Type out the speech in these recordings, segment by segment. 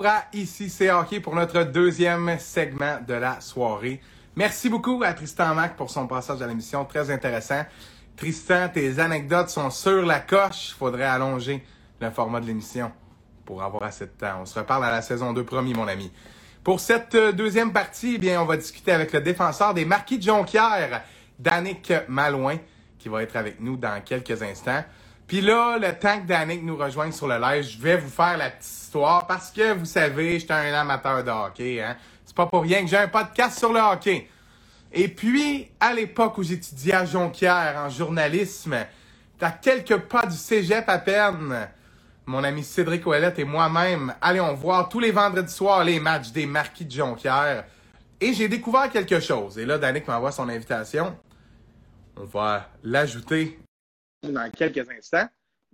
retour à Ici c'est hockey pour notre deuxième segment de la soirée. Merci beaucoup à Tristan Mac pour son passage à l'émission, très intéressant. Tristan, tes anecdotes sont sur la coche. Il faudrait allonger le format de l'émission pour avoir assez de temps. On se reparle à la saison 2, promis, mon ami. Pour cette deuxième partie, eh bien, on va discuter avec le défenseur des Marquis de Jonquière, Danick Malouin, qui va être avec nous dans quelques instants. Puis là, le temps que Danick nous rejoigne sur le live, je vais vous faire la petite histoire parce que, vous savez, j'étais un amateur de hockey. Hein? C'est pas pour rien que j'ai un podcast sur le hockey. Et puis, à l'époque où j'étudiais à Jonquière en journalisme, à quelques pas du cégep à peine, mon ami Cédric Ouellette et moi-même allions voir tous les vendredis soirs les matchs des Marquis de Jonquière. Et j'ai découvert quelque chose. Et là, Danick m'envoie son invitation. On va l'ajouter dans quelques instants.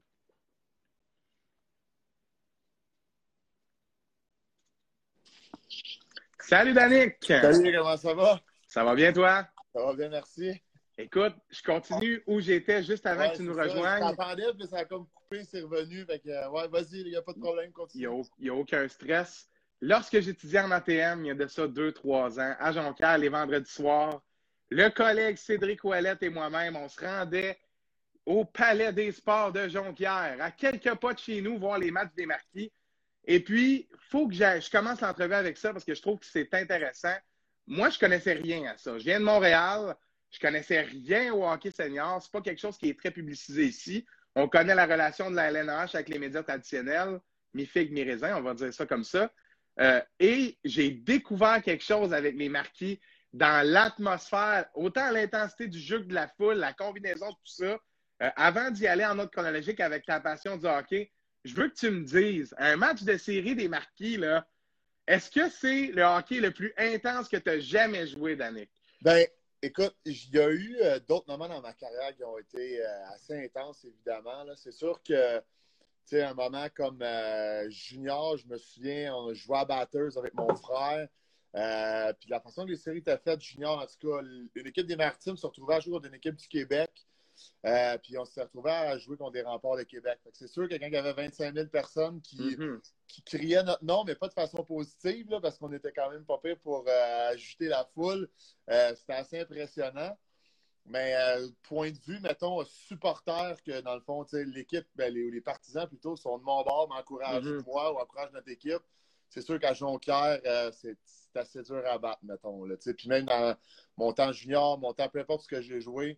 Salut Danick! Salut, comment ça va? Ça va bien toi? Ça va bien, merci. Écoute, je continue où j'étais juste avant que tu nous rejoignes. Je t'attendais, puis ça a comme coupé, c'est revenu. Fait que, ouais, vas-y, il n'y a pas de problème, continue. Il n'y a aucun stress. Lorsque j'étudiais en ATM, il y a de ça 2-3 ans, à Jonquière, les vendredis soirs, le collègue Cédric Ouellette et moi-même, on se rendait au Palais des Sports de Jonquière, à quelques pas de chez nous, voir les matchs des Marquis. Et puis, il faut que je commence l'entrevue avec ça parce que je trouve que c'est intéressant. Moi, je connaissais rien à ça. Je viens de Montréal, je connaissais rien au hockey senior. C'est pas quelque chose qui est très publicisé ici. On connaît la relation de la LNH avec les médias traditionnels, mi figue, mi raisin, on va dire ça comme ça. Et j'ai découvert quelque chose avec les Marquis dans l'atmosphère, autant l'intensité du jeu que de la foule, la combinaison de tout ça. Avant d'y aller en ordre chronologique avec ta passion du hockey, je veux que tu me dises, un match de série des Marquis, là, est-ce que c'est le hockey le plus intense que tu as jamais joué, Danick? Ben, écoute, il y a eu d'autres moments dans ma carrière qui ont été assez intenses, évidemment. Là. C'est sûr que, tu sais, un moment comme junior, je me souviens, on jouait à Batters avec mon frère. Puis la façon que les séries étaient faites, junior, en tout cas, une équipe des Maritimes se retrouvait à jouer contre une équipe du Québec. Puis on s'est retrouvé à jouer contre des remparts de Québec. C'est sûr que quand il y avait 25 000 personnes qui criaient notre nom, mais pas de façon positive, là, parce qu'on était quand même pas pire pour ajouter la foule, c'était assez impressionnant. Mais point de vue, mettons, supporter, que dans le fond, l'équipe, les partisans plutôt, sont de mon bord, m'encouragent moi ou encouragent notre équipe. C'est sûr qu'à Jonquière, c'est assez dur à battre, mettons. Là, puis même dans mon temps junior, mon temps, peu importe ce que j'ai joué,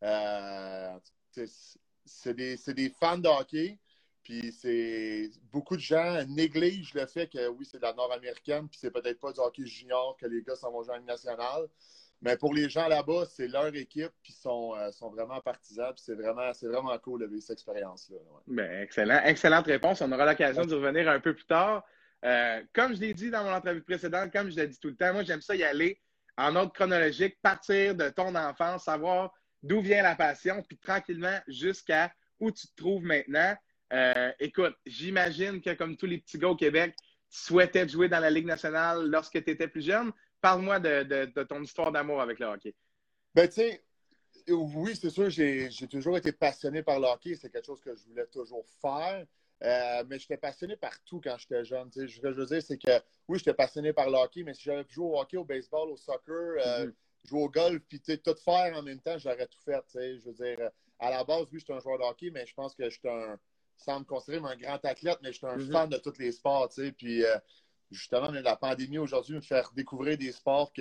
c'est des fans de hockey, puis beaucoup de gens négligent le fait que oui, c'est de la nord-américaine, puis c'est peut-être pas du hockey junior que les gars s'en vont jouer en Ligue nationale. Mais pour les gens là-bas, c'est leur équipe, puis sont vraiment partisans, puis c'est vraiment cool de vivre cette expérience-là. Ouais. Ben, excellente réponse. On aura l'occasion d'y revenir un peu plus tard. Comme je l'ai dit dans mon entrevue précédente, comme je l'ai dit tout le temps, moi, j'aime ça y aller en ordre chronologique, partir de ton enfance, savoir d'où vient la passion, puis tranquillement jusqu'à où tu te trouves maintenant. Écoute, j'imagine que comme tous les petits gars au Québec, tu souhaitais jouer dans la Ligue nationale lorsque tu étais plus jeune. Parle-moi de ton histoire d'amour avec le hockey. Ben, tu sais, oui, c'est sûr, j'ai toujours été passionné par le hockey. C'est quelque chose que je voulais toujours faire. Mais j'étais passionné par tout quand j'étais jeune. Ce que je veux dire, c'est que oui, j'étais passionné par le hockey, mais si j'avais pu jouer au hockey, au baseball, au soccer, jouer au golf, puis tout faire en même temps, j'aurais tout fait. Je veux dire, à la base, oui, j'étais un joueur de hockey, mais je pense que j'étais sans me considérer un grand athlète, mais j'étais un fan de tous les sports. Puis justement, la pandémie aujourd'hui me fait découvrir des sports que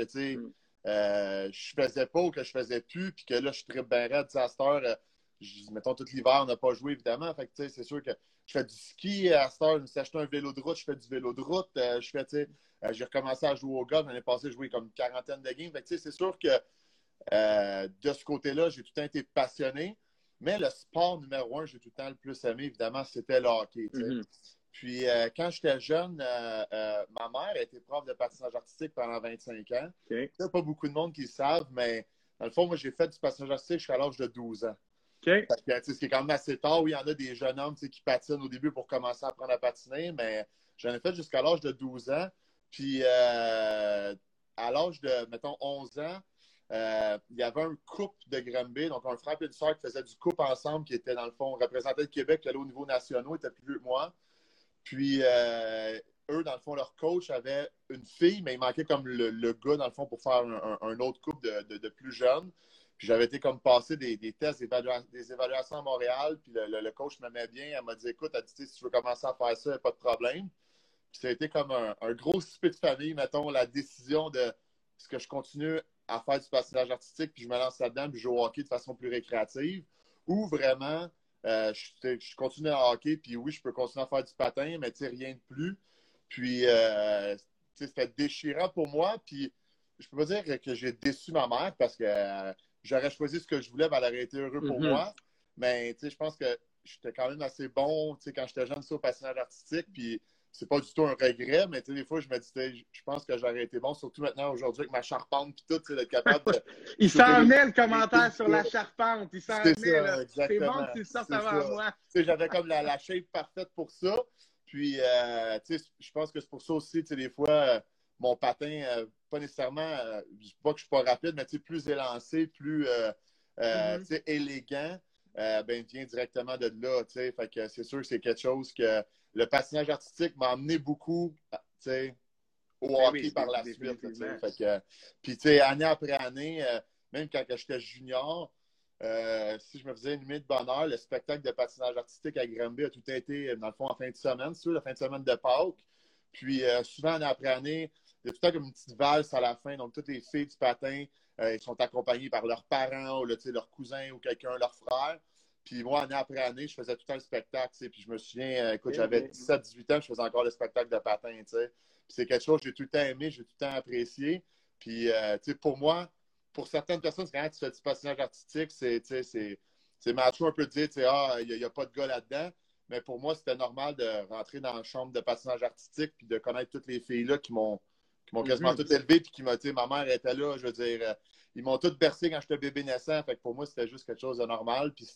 je faisais pas ou que je faisais plus, puis que là, je tripe bien raide. À cette heure, mettons, tout l'hiver, on n'a pas joué, évidemment. Fait que, c'est sûr que je fais du ski à cette heure. Je me suis acheté un vélo de route, je fais du vélo de route. J'ai recommencé à jouer au golf. L'année passée, j'ai joué comme une quarantaine de games. Fait que, c'est sûr que de ce côté-là, j'ai tout le temps été passionné. Mais le sport numéro un, j'ai tout le temps le plus aimé, évidemment, c'était le hockey. Puis, quand j'étais jeune, ma mère était prof de patinage artistique pendant 25 ans. Il n'y a pas beaucoup de monde qui le savent, mais dans le fond, moi, j'ai fait du patinage artistique jusqu'à l'âge de 12 ans. Okay. Ce qui est quand même assez tard. Oui, il y en a des jeunes hommes qui patinent au début pour commencer à apprendre à patiner, mais j'en ai fait jusqu'à l'âge de 12 ans. Puis, à l'âge de, mettons, 11 ans, il y avait un couple de Granby, donc un frère et une soeur qui faisaient du couple ensemble, qui était, dans le fond, représenté le Québec, qui allait au niveau national, était plus vieux que moi. Puis, eux, dans le fond, leur coach avait une fille, mais il manquait comme le gars, dans le fond, pour faire un autre couple de plus jeunes. Puis j'avais été comme passer des tests, des évaluations à Montréal. Puis le coach m'aimait bien. Elle m'a dit, écoute, elle dit, si tu veux commencer à faire ça, il n'y a pas de problème. Puis ça a été comme un gros souper de famille, mettons, la décision de est-ce que je continue à faire du patinage artistique, puis je me lance là-dedans, puis je joue au hockey de façon plus récréative, ou vraiment, je continue à hockey, puis oui, je peux continuer à faire du patin, mais tu sais, rien de plus. Puis, c'était déchirant pour moi, puis je peux pas dire que j'ai déçu ma mère, parce que j'aurais choisi ce que je voulais, mais elle aurait été heureuse pour moi. Mais, tu sais, je pense que j'étais quand même assez bon, tu sais, quand j'étais jeune, au patinage artistique, puis c'est pas du tout un regret, mais tu sais, des fois, je me disais, je pense que j'aurais été bon, surtout maintenant, aujourd'hui, avec ma charpente, puis tout, tu sais, d'être capable de... Il s'en venait, le commentaire sur la charpente. Il s'en venait, là. C'est bon que tu le sortes avant moi. Tu sais, j'avais comme la shape parfaite pour ça. Puis, tu sais, je pense que c'est pour ça aussi, tu sais, des fois, mon patin, pas nécessairement, je dis pas que je suis pas rapide, mais tu sais, plus élancé, plus, tu sais, élégant, ben, vient directement de là, tu sais. Fait que c'est sûr que c'est quelque chose que le patinage artistique m'a amené beaucoup, tu sais, au hockey par la suite. Fait que, puis, tu sais, année après année, même quand j'étais junior, si je me faisais une nuit de bonheur, le spectacle de patinage artistique à Granby a tout été, dans le fond, en fin de semaine, c'est sûr, la fin de semaine de Pâques. Puis, souvent, année après année, il y a tout le temps comme une petite valse à la fin. Donc, toutes les filles du patin, ils sont accompagnées par leurs parents ou leurs cousins ou quelqu'un, leur frère. Puis moi, année après année, je faisais tout le temps le spectacle. Puis je me souviens, écoute, j'avais 17-18 ans, je faisais encore le spectacle de patin. Puis c'est quelque chose que j'ai tout le temps aimé, j'ai tout le temps apprécié. Puis pour moi, pour certaines personnes, quand tu fais du patinage artistique, c'est macho un peu de dire, ah, il n'y a pas de gars là-dedans. Mais pour moi, c'était normal de rentrer dans la chambre de patinage artistique puis de connaître toutes les filles-là qui m'ont quasiment toutes élevé puis qui ma mère était là, je veux dire, ils m'ont toutes bercé quand j'étais bébé naissant. Fait que pour moi, c'était juste quelque chose de normal. Puis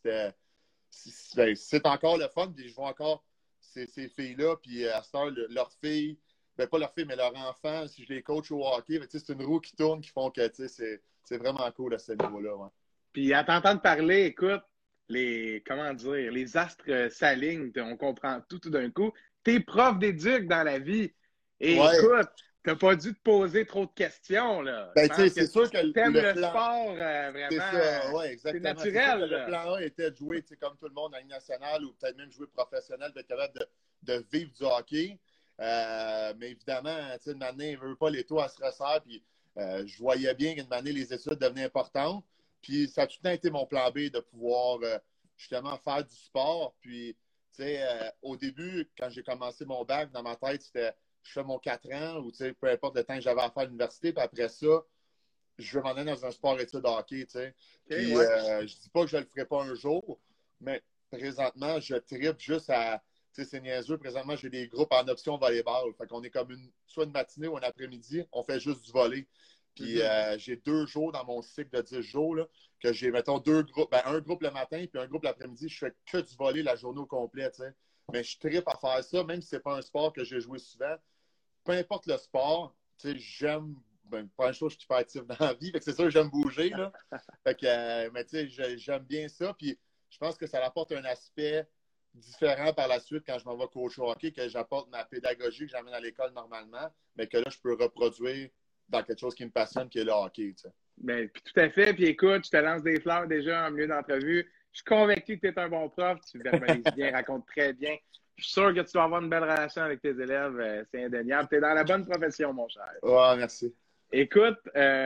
c'est encore le fun. Puis je vois encore ces filles-là. Puis à cette heure, leurs filles, ben pas leurs filles, mais leurs enfants, si je les coach au hockey, ben, c'est une roue qui tourne qui font que c'est vraiment cool à ce niveau-là. Ouais. Puis à t'entendre parler, écoute, comment dire, les astres s'alignent, on comprend tout d'un coup. T'es prof d'éduc dans la vie. Et écoute, t'as pas dû te poser trop de questions, là. Ben, c'est sûr que t'aimes le plan... sport, vraiment. C'est ça, ouais, exactement. C'est naturel. Le plan A était de jouer, comme tout le monde, en Ligue nationale ou peut-être même jouer professionnel, d'être capable de vivre du hockey. Mais évidemment, une année, il ne veut pas les taux à se resserrer. Puis je voyais bien qu'une année, les études devenaient importantes. Puis ça a tout le temps été mon plan B de pouvoir justement faire du sport. Puis, au début, quand j'ai commencé mon bac, dans ma tête, c'était je fais mon 4 ans ou peu importe le temps que j'avais à faire à l'université. Puis après ça, je veux m'en aller dans un sport-études de hockey. Puis je dis pas que je le ferai pas un jour, mais présentement, je tripe juste à. C'est niaiseux. Présentement, j'ai des groupes en option volleyball. Fait qu'on est comme soit une matinée ou un après-midi, on fait juste du volley. Puis j'ai 2 jours dans mon cycle de 10 jours là, que j'ai, mettons, 2 groupes. Ben, un groupe le matin puis un groupe l'après-midi. Je fais que du volley la journée au complet. T'sais. Mais je tripe à faire ça, même si c'est pas un sport que j'ai joué souvent. Peu importe le sport, j'aime. Ben, pas une chose, je suis hyper actif dans la vie. Fait que c'est sûr que j'aime bouger. Là. Fait que, mais tu sais, j'aime bien ça. Puis je pense que ça apporte un aspect différent par la suite quand je m'en vais coach au hockey, que j'apporte ma pédagogie que j'amène à l'école normalement, mais que là, je peux reproduire dans quelque chose qui me passionne, qui est le hockey. Tu sais. Ben, puis tout à fait. Puis écoute, je te lance des fleurs déjà en milieu d'entrevue. Je suis convaincu que tu es un bon prof. Tu verbalises bien, racontes très bien. Je suis sûr que tu vas avoir une belle relation avec tes élèves. C'est indéniable. Tu es dans la bonne profession, mon cher. Ouais, merci. Écoute,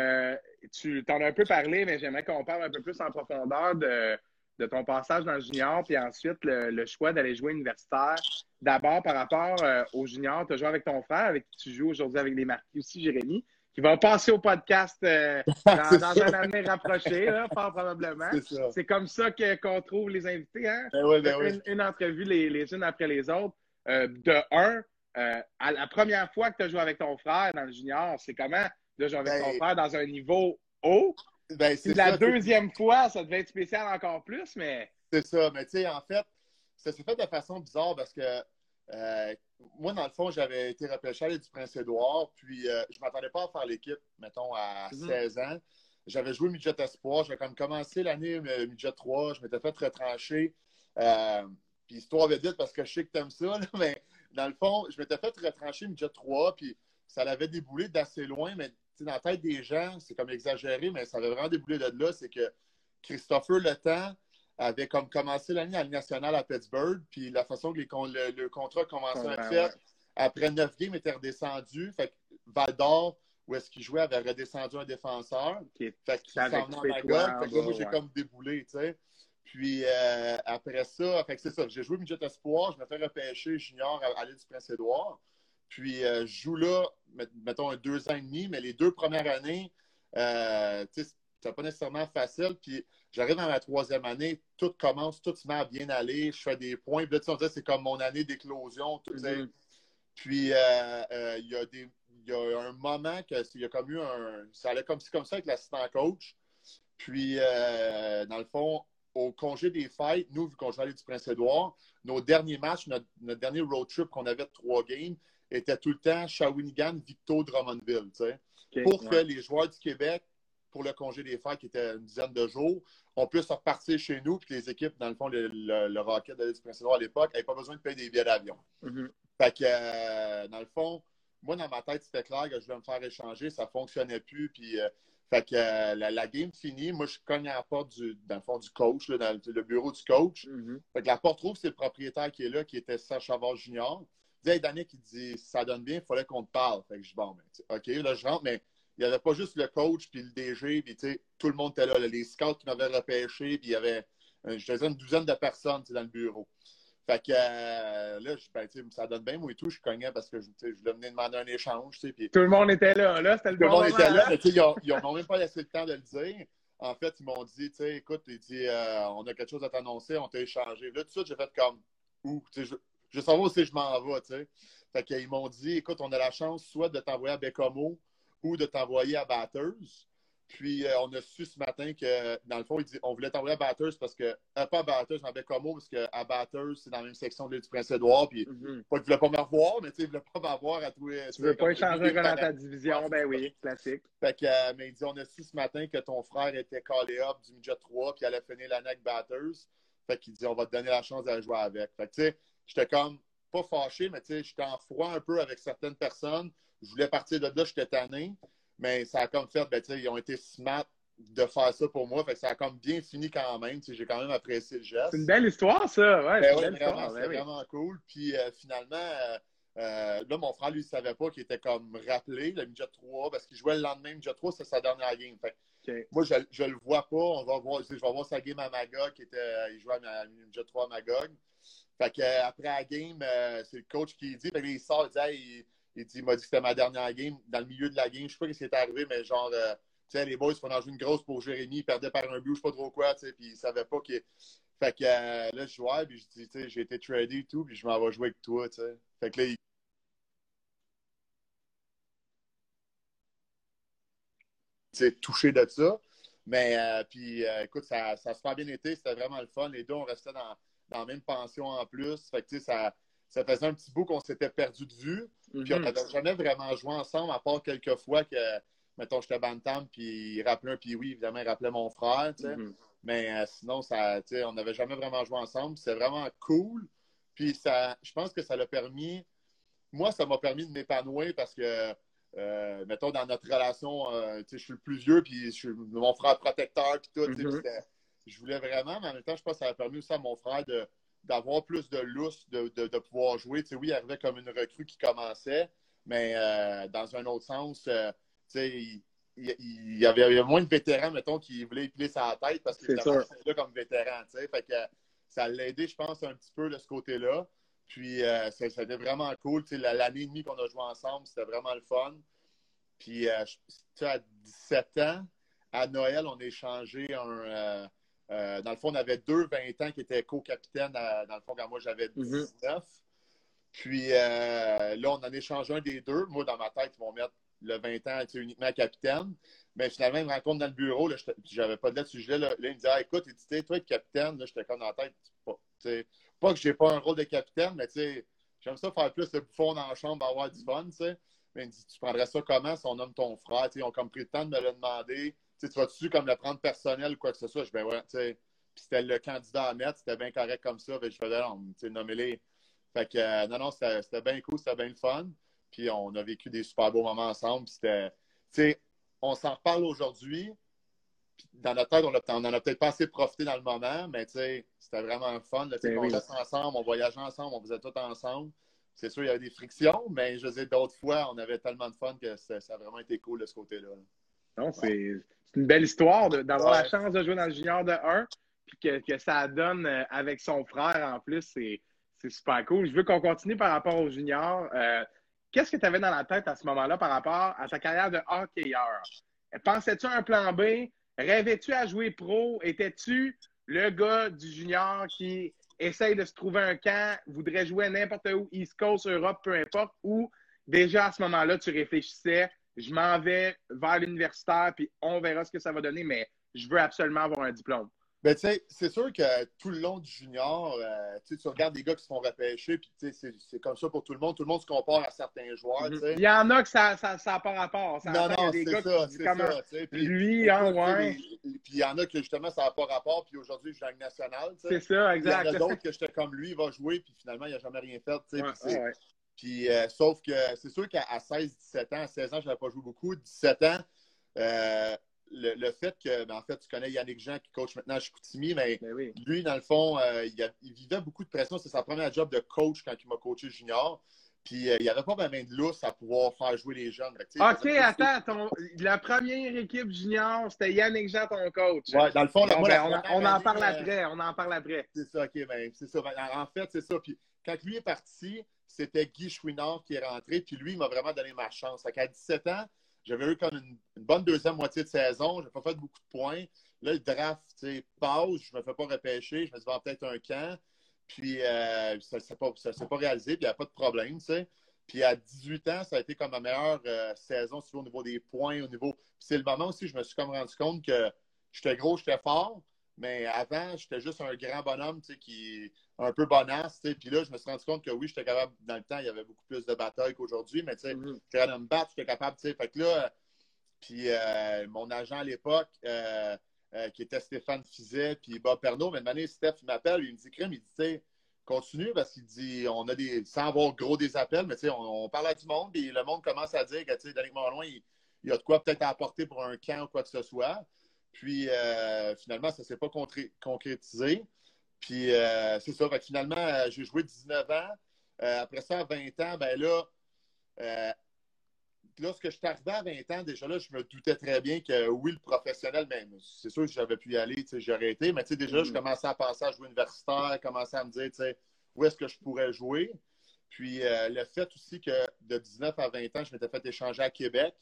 tu t'en as un peu parlé, mais j'aimerais qu'on parle un peu plus en profondeur de ton passage dans le junior, puis ensuite le choix d'aller jouer universitaire. D'abord, par rapport au junior, tu as joué avec ton frère, avec qui tu joues aujourd'hui avec les Marquis aussi, Jérémy, qui va passer au podcast dans un avenir rapproché, là, fort probablement. C'est comme ça qu'on trouve les invités. Hein? Une entrevue les unes après les autres. À la première fois que tu as joué avec ton frère dans le junior, c'est comment de jouer avec ton frère dans un niveau haut? C'est la deuxième fois, ça devait être spécial encore plus, mais... C'est ça, mais tu sais, en fait, ça s'est fait de façon bizarre parce que moi, dans le fond, j'avais été repêché à l'île du Prince-Édouard, puis je ne m'attendais pas à faire l'équipe, mettons, à 16 ans. J'avais joué midget espoir, j'avais comme commencé l'année midget 3, je m'étais fait retrancher. Puis histoire vedette parce que je sais que tu aimes ça, là, dans le fond, je m'étais fait retrancher midget 3, puis ça l'avait déboulé d'assez loin, mais dans la tête des gens, c'est comme exagéré, mais ça avait vraiment déboulé de là. C'est que Christopher Le Temps avait comme commencé l'année à la Ligue nationale à Pittsburgh, puis la façon que le contrat commençait à être fait, après 9 games, était redescendu. Fait que Val d'Or, où est-ce qu'il jouait, avait redescendu un défenseur. Fait qu'il s'en venait à Magog. Fait que là, moi, j'ai comme déboulé, tu sais. Puis après ça, fait que c'est ça. J'ai joué midget espoir, je me fais repêcher junior à l'île du Prince-Édouard. Puis je joue là, mettons, 2 ans et demi, mais les 2 premières années, c'était pas nécessairement facile. Puis j'arrive dans ma 3e année, tout commence, tout se met à bien aller, je fais des points. Puis là, on dirait c'est comme mon année d'éclosion. Puis il y a un moment que il y a comme eu ça allait comme ça avec l'assistant coach. Puis dans le fond, au congé des fêtes, nous, vu qu'on jouait à l'île du Prince-Édouard, nos derniers matchs, notre dernier road trip qu'on avait de 3 games, était tout le temps Shawinigan, Victo, Drummondville. Pour que les joueurs du Québec, pour le congé des fêtes, qui était une dizaine de jours, on puisse repartir chez nous, puis les équipes, dans le fond, le Rocket de l'île du Prince-Édouard à l'époque, n'avaient pas besoin de payer des billets d'avion. Fait que, dans le fond, moi, dans ma tête, c'était clair que je voulais me faire échanger, ça ne fonctionnait plus, puis fait que la game finie, moi je cogne à la porte dans le fond du coach, là, dans le bureau du coach. Fait que la porte trouve, c'est le propriétaire qui est là, qui était Serge Chavard Junior. Il dit, hey, Danick, il dit, ça donne bien, il fallait qu'on te parle. Fait que je dis, bon, ben, OK, là je rentre, mais il n'y avait pas juste le coach puis le DG, puis tout le monde était là, les scouts qui m'avaient repêché, puis il y avait, je faisais une douzaine de personnes dans le bureau. Fait que là, ça donne bien, moi et tout, je cognais parce que je voulais venir demander un échange. Puis, tout le monde était là, c'était le bon moment. Tout le monde était là, mais ils n'ont même pas laissé le temps de le dire. En fait, ils m'ont dit, écoute, on a quelque chose à t'annoncer, on t'a échangé. Là, tout de suite, j'ai fait comme, je veux savoir où c'est que je m'en vais, tu sais. Fait qu'ils m'ont dit, écoute, on a la chance soit de t'envoyer à Bécomo ou de t'envoyer à Batters. Puis, on a su ce matin que, dans le fond, on voulait t'envoyer à Batters parce que, pas à Batters, mais à Bécomo, parce qu'à Batters, c'est dans la même section de l'île du Prince-Édouard. Puis, pas qu'ils ne voulaient pas me revoir, mais ils ne voulaient pas m'avoir à tous les. Tu ne veux pas échanger un gars dans ta division, ben oui, classique. Fait que, mais il dit, on a su ce matin que ton frère était callé up du midget 3, puis allait finir l'année avec Batters. Fait qu'il dit, on va te donner la chance d'aller jouer avec. Fait que, tu sais, j'étais comme, pas fâché, mais tu sais, j'étais en froid un peu avec certaines personnes. Je voulais partir de là, j'étais tanné. Mais ça a comme fait, ils ont été smart de faire ça pour moi. Fait que ça a comme bien fini quand même. J'ai quand même apprécié le geste. C'est une belle histoire, ça. Ouais, c'est vraiment cool. Puis finalement, là, mon frère, lui, ne savait pas qu'il était comme rappelé, le midget 3, parce qu'il jouait le lendemain, midget 3, c'est sa dernière game. Fait moi, je le vois pas. On va voir, je vais voir sa game à Magog, il jouait à midget 3 à Magog. Fait que après la game, c'est le coach qui dit, fait il sort, il m'a dit que c'était ma dernière game. Dans le milieu de la game, je sais pas ce qui est arrivé, mais genre, les boys, il fallait jouer une grosse pour Jérémy. Il perdait par un but, je sais pas trop quoi, puis il savait pas qu'il. Fait que là, je jouais, puis je dis, j'ai été tradé et tout, puis je m'en vais jouer avec toi, tu sais. Fait que là, il touché de ça. Mais, puis, écoute, ça a super bien été. C'était vraiment le fun. Les deux, on restait dans la même pension en plus. Fait que, tu sais, ça faisait un petit bout qu'on s'était perdu de vue. Puis, on n'avait jamais vraiment joué ensemble, à part quelques fois que, mettons, j'étais bantam, puis il rappelait un, puis oui, évidemment, il rappelait mon frère, tu sais. Mais sinon, on n'avait jamais vraiment joué ensemble. C'est vraiment cool. Puis, je pense que ça l'a permis. Moi, ça m'a permis de m'épanouir parce que, mettons, dans notre relation, je suis le plus vieux, puis je suis mon frère protecteur, puis tout. Je voulais vraiment, mais en même temps, je pense que ça a permis aussi à mon frère d'avoir plus de lousse, de pouvoir jouer. Oui, il arrivait comme une recrue qui commençait, mais dans un autre sens, il y avait moins de vétérans, mettons, qui voulaient épiler sa tête parce qu'il était là comme vétéran. Fait que ça l'a aidé, je pense, un petit peu de ce côté-là. Puis, ça a été vraiment cool. L'année et demie qu'on a joué ensemble, c'était vraiment le fun. Puis, à 17 ans, à Noël, on a échangé dans le fond, on avait 20 ans qui étaient co-capitaines. Dans le fond, quand moi, j'avais 19. Puis, là, on en a échangé un des deux. Moi, dans ma tête, ils vont mettre le 20 ans uniquement capitaine. Mais finalement, ils me rencontrent dans le bureau. Là, j'avais pas de lettre sujet. Là, il me dit, écoute, toi, être capitaine, là, j'étais comme dans la tête. Pas que j'ai pas un rôle de capitaine, mais j'aime ça faire plus le bouffon dans la chambre, avoir du fun. Mais il me dit, tu prendrais ça comment si on nomme ton frère? Ils ont comme pris le temps de me le demander. Tu vas-tu comme le prendre personnel ou quoi que ce soit? Je ben ouais, puis c'était le candidat à mettre, c'était bien correct comme ça. Je faisais, nommez-les. Fait que, non, c'était bien cool, c'était bien le fun. Puis on a vécu des super beaux moments ensemble. C'était, tu sais, on s'en reparle aujourd'hui. Dans notre tête, on en a peut-être pas assez profité dans le moment, mais tu sais, c'était vraiment fun. Là, on reste ensemble, on voyageait ensemble, on faisait tout ensemble. C'est sûr, il y avait des frictions, mais je veux dire, d'autres fois, on avait tellement de fun que ça a vraiment été cool de ce côté-là. Non, c'est une belle histoire d'avoir la chance de jouer dans le junior de 1, puis que ça donne avec son frère en plus. C'est super cool. Je veux qu'on continue par rapport au junior. Qu'est-ce que tu avais dans la tête à ce moment-là par rapport à ta carrière de hockeyeur? Pensais-tu à un plan B? Rêvais-tu à jouer pro? Étais-tu le gars du junior qui essaye de se trouver un camp, voudrait jouer n'importe où, East Coast, Europe, peu importe, ou déjà à ce moment-là, tu réfléchissais, je m'en vais vers l'universitaire, puis on verra ce que ça va donner, mais je veux absolument avoir un diplôme. Ben, tu sais, c'est sûr que tout le long du junior, tu regardes des gars qui se font repêcher, puis c'est comme ça pour tout le monde. Tout le monde se compare à certains joueurs. Mm-hmm. Il y en a que ça n'a pas rapport. Non, c'est ça, c'est ça. Puis, lui, ouais. Puis il y en a que justement, ça n'a pas rapport, puis aujourd'hui, je joue en nationale. C'est ça, exact. Il y en a d'autres que j'étais comme lui, il va jouer, puis finalement, il n'a jamais rien fait. Ouais. Puis, sauf que c'est sûr qu'à 16-17 ans, à 16 ans, je n'avais pas joué beaucoup. 17 ans, le fait que, en fait, tu connais Yannick Jean qui coach maintenant à Chicoutimi, mais oui. Lui, dans le fond, il vivait beaucoup de pression. C'est sa première job de coach quand il m'a coaché junior. Puis, il n'y avait pas ma main de lousse à pouvoir faire jouer les jeunes. OK, attends. La première équipe junior, c'était Yannick Jean, ton coach. Oui, dans le fond, on en parle après. On en parle après. C'est ça, OK. Ben, c'est ça. Ben, en fait, c'est ça. Puis, quand lui est parti, c'était Guy Chouinard qui est rentré. Puis, lui, il m'a vraiment donné ma chance. Fait qu'à 17 ans, j'avais eu comme une bonne deuxième moitié de saison. Je n'ai pas fait beaucoup de points. Là, le draft, passe. Je ne me fais pas repêcher. Je me dis, peut-être un camp. Puis, ça ne s'est pas réalisé. Puis, il n'y a pas de problème, tu sais. Puis, à 18 ans, ça a été comme ma meilleure saison, au niveau des points, au niveau... Puis, c'est le moment aussi où je me suis comme rendu compte que j'étais gros, j'étais fort. Mais avant, j'étais juste un grand bonhomme, qui un peu bonasse, Puis là, je me suis rendu compte que oui, j'étais capable, dans le temps, il y avait beaucoup plus de batailles qu'aujourd'hui, mais j'étais capable de me battre, j'étais capable, Fait que là, puis mon agent à l'époque, qui était Stéphane Fizet, puis Bob Pernaud, mais une année, Steph, il m'appelle, il me dit, Crème, il dit, continue, parce qu'il dit, on a sans avoir gros des appels, mais on parle à du monde, puis le monde commence à dire que, Danick Monloin, il y a de quoi peut-être à apporter pour un camp ou quoi que ce soit. Puis, finalement, ça ne s'est pas concrétisé. Puis, c'est ça. Fait que finalement, j'ai joué 19 ans. Après ça, à 20 ans, ben là, lorsque je suis arrivé à 20 ans, déjà là, je me doutais très bien que oui, le professionnel, même c'est sûr que j'avais pu y aller, j'aurais été. Mais déjà, je commençais à penser à jouer universitaire, commençais à me dire, où est-ce que je pourrais jouer. Puis, le fait aussi que de 19 à 20 ans, je m'étais fait échanger à Québec.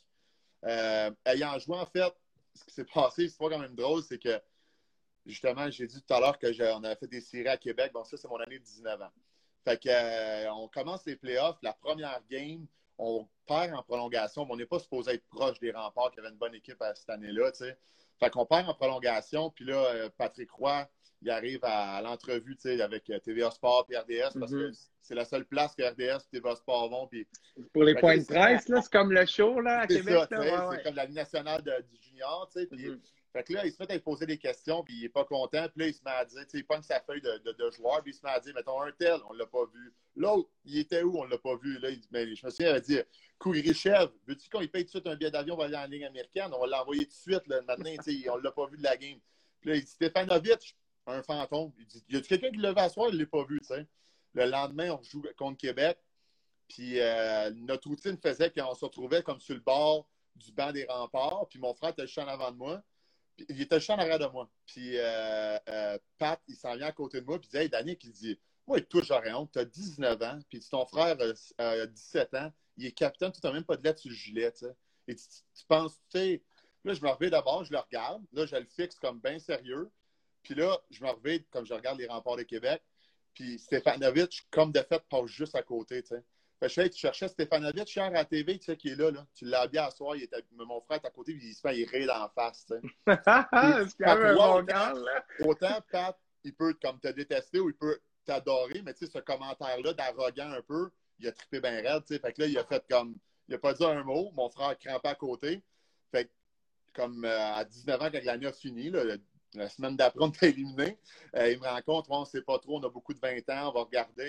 Ayant joué, en fait, ce qui s'est passé, c'est pas quand même drôle, c'est que justement, j'ai dit tout à l'heure qu'on avait fait des séries à Québec. Bon, ça, c'est mon année de 19 ans. Fait que on commence les playoffs. La première game, on perd en prolongation, mais on n'est pas supposé être proche des Remparts, qui avaient une bonne équipe cette année-là, Fait qu'on perd en prolongation, puis là, Patrick Roy, il arrive à l'entrevue, avec TVA Sport et RDS, parce que c'est la seule place que RDS et TVA Sport vont. Puis... Pour les points de presse, là, c'est comme le show, là, à Québec. C'est comme la Ligue nationale du junior, Puis, fait que là, il se met à poser des questions, puis il n'est pas content. Puis là, il se met à dire, il pogne sa feuille de joueur, puis il se met à dire, mettons, un tel, on ne l'a pas vu. L'autre, il était où, on ne l'a pas vu. Là, mais je me souviens, il avait dit, Kourichev, veux-tu qu'on lui paye tout de suite un billet d'avion, on va aller en ligne américaine, on va l'envoyer tout de suite, là, maintenant, on ne l'a pas vu de la game. Puis là, il dit, Stefanovic, un fantôme. Il dit, y a quelqu'un qui l'a vu à soir, il ne l'a pas vu, Le lendemain, on joue contre Québec, puis notre routine faisait qu'on se retrouvait comme sur le bord du banc des Remparts, puis mon frère était juste en avant de moi. Il était juste en arrière de moi. Puis Pat, il s'en vient à côté de moi, puis il dit, hey, Danick, il dit, moi, toi, j'aurais honte, tu as 19 ans, puis ton frère a 17 ans, il est capitaine, tu n'as même pas de lettre sur le gilet, Et tu penses, là, je me reviens d'abord, je le regarde, là, je le fixe comme bien sérieux, puis là, je me reviens comme je regarde les Remparts de Québec, puis Stefanovic, comme de fait, passe juste à côté, Fait que tu cherchais Stefanovic hier à la TV, qui est là. Tu l'as habillé à soir, mon frère est à côté, puis il se fait rire d'en face. C'est quand même un bon gars, là. Autant, Pat, il peut comme te détester ou il peut t'adorer, mais ce commentaire-là d'arrogant un peu, il a trippé bien raide. Fait que là, il a fait comme. Il n'a pas dit un mot, mon frère crampé à côté. Fait que, comme à 19 ans, quand l'année a fini, là, la semaine d'après, on était éliminé. Il me rencontre, on ne sait pas trop, on a beaucoup de 20 ans, on va regarder.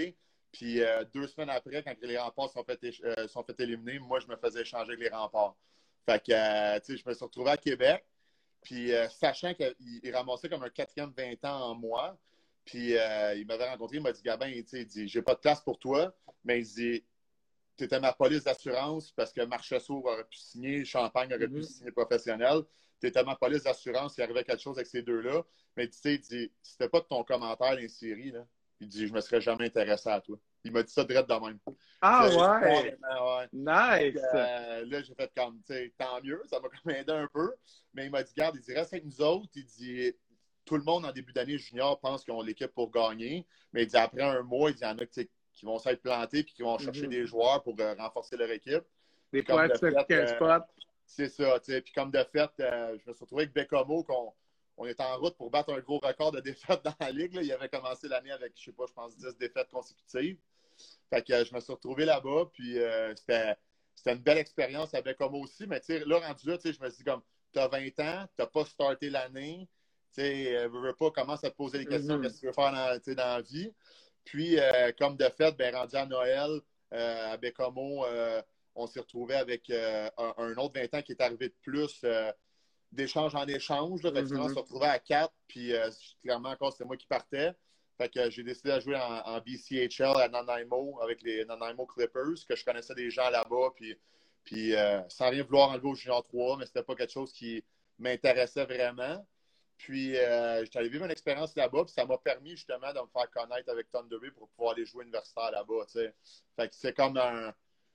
Puis 2 semaines après, quand les remparts sont fait éliminer, moi, je me faisais échanger avec les remparts. Fait que, tu sais, je me suis retrouvé à Québec. Puis, sachant qu'il ramassait comme un 4e 20 ans en moi, puis il m'avait rencontré, il m'a dit, Gabin, il dit, j'ai pas de place pour toi, mais il dit, tu étais ma police d'assurance parce que Marchessault aurait pu signer, Champagne aurait pu signer professionnel. Tu étais ma police d'assurance, il arrivait quelque chose avec ces deux-là. Mais tu sais, il dit, c'était pas de ton commentaire dans les séries, là. Il dit, je me serais jamais intéressé à toi. Il m'a dit ça direct de même. Ah ouais. Nice! Là, j'ai fait comme, tu sais, tant mieux, ça m'a quand même aidé un peu. Mais il m'a dit, garde, il dit, reste avec nous autres. Il dit, tout le monde en début d'année junior pense qu'ils ont l'équipe pour gagner. Mais il dit, après un mois, il dit, il y en a qui vont s'être plantés puis qui vont chercher des joueurs pour renforcer leur équipe. Des fois, tu fais piquer un spot. C'est ça, tu sais. Puis comme de fait, je me suis retrouvé avec Bécomo, on est en route pour battre un gros record de défaites dans la Ligue. Là. Il avait commencé l'année avec, je sais pas, je pense 10 défaites consécutives. Fait que je me suis retrouvé là-bas, puis c'était une belle expérience avec Bécomo aussi. Mais tu sais, là, rendu là, je me suis dit comme, tu as 20 ans, tu n'as pas starté l'année, tu sais, veux pas, commence à te poser des questions, qu'est-ce que tu veux faire dans la vie. Puis, comme de fait, ben, rendu à Noël, à Bécomo, on s'est retrouvé avec un autre 20 ans qui est arrivé de plus d'échange en échange. Là. Fait que finalement, on s'est retrouvé à 4, puis clairement, encore, c'était moi qui partais. Fait que j'ai décidé de jouer en BCHL à Nanaimo avec les Nanaimo Clippers, que je connaissais des gens là-bas, puis sans rien vouloir enlever au Junior 3, mais c'était pas quelque chose qui m'intéressait vraiment. Puis, j'étais allé vivre une expérience là-bas, puis ça m'a permis justement de me faire connaître avec Thunder Bay pour pouvoir aller jouer universitaire là-bas. T'sais. Fait que c'est comme un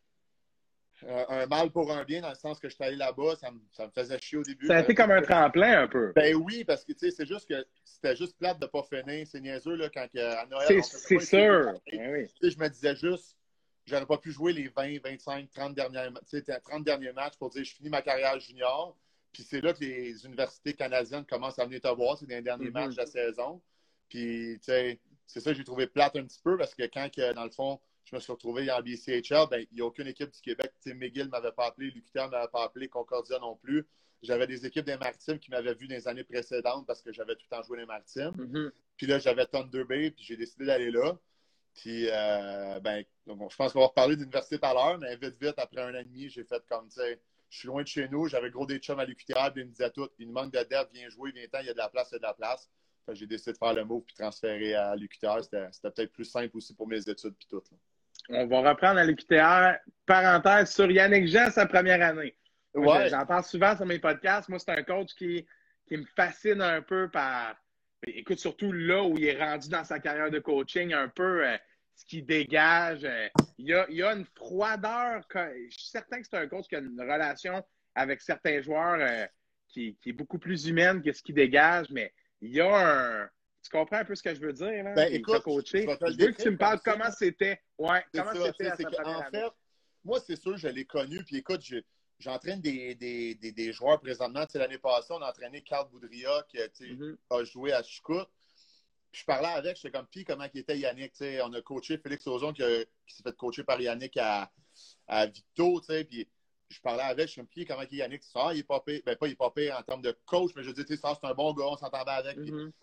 mal pour un bien, dans le sens que j'étais allé là-bas, ça me faisait chier au début. Ça a été comme un tremplin un peu. Ben oui, parce que c'est juste que c'était juste plate de ne pas finir. C'est niaiseux là, quand à Noël. C'est sûr. Ben oui. Je me disais juste, j'aurais pas pu jouer les 20, 25, 30 derniers matchs pour dire je finis ma carrière junior. Puis c'est là que les universités canadiennes commencent à venir te voir, c'est dans les derniers matchs de la saison. Puis, tu sais, c'est ça que j'ai trouvé plate un petit peu parce que quand, dans le fond, je me suis retrouvé en BCHL, ben, il n'y a aucune équipe du Québec. Tu sais, McGill ne m'avait pas appelé, l'UQTR ne m'avait pas appelé, Concordia non plus. J'avais des équipes des Maritimes qui m'avaient vu dans les années précédentes parce que j'avais tout le temps joué les Maritimes. Puis là, j'avais Thunder Bay, puis j'ai décidé d'aller là. Puis, ben, donc, je pense qu'on va reparler d'université tout à l'heure, mais vite, après 1 an et demi, j'ai fait comme, tu sais, je suis loin de chez nous, j'avais gros des chums à l'UQTR, puis ils me disaient tout, il nous manque de depth, viens jouer, viens-t'en, il y a de la place, il y a de la place. Fait, j'ai décidé de faire le move puis transférer à l'UQTR. C'était peut-être plus simple aussi pour mes études puis tout. Là. On va reprendre à l'UQTR. Parenthèse sur Yannick Jean, sa première année. Ouais. J'entends souvent sur mes podcasts. Moi, c'est un coach qui me fascine un peu par... Écoute, surtout là où il est rendu dans sa carrière de coaching, un peu ce qu'il dégage. Il y a une froideur. Je suis certain que c'est un coach qui a une relation avec certains joueurs qui est beaucoup plus humaine que ce qu'il dégage, mais il y a un... Tu comprends un peu ce que je veux dire? Là? Ben, écoute, je veux que tu me parles comment c'était. Ouais, comment c'était à sa première année. En fait, moi, c'est sûr, je l'ai connu. Puis écoute, j'entraîne des joueurs présentement. Tu sais, l'année passée, on a entraîné Carl Boudria qui a joué à Chicout. Puis je parlais avec, j'étais comme, puis comment il était Yannick. Tu sais, on a coaché Félix Ozon qui s'est fait coacher par Yannick à Victo. Tu sais, puis je parlais avec, je suis comme, puis comment il est Yannick. Ça, il est pas pire. Ben, pas il est pas pire en termes de coach, mais je dis, tu sais, ça, c'est un bon gars, on s'entendait avec.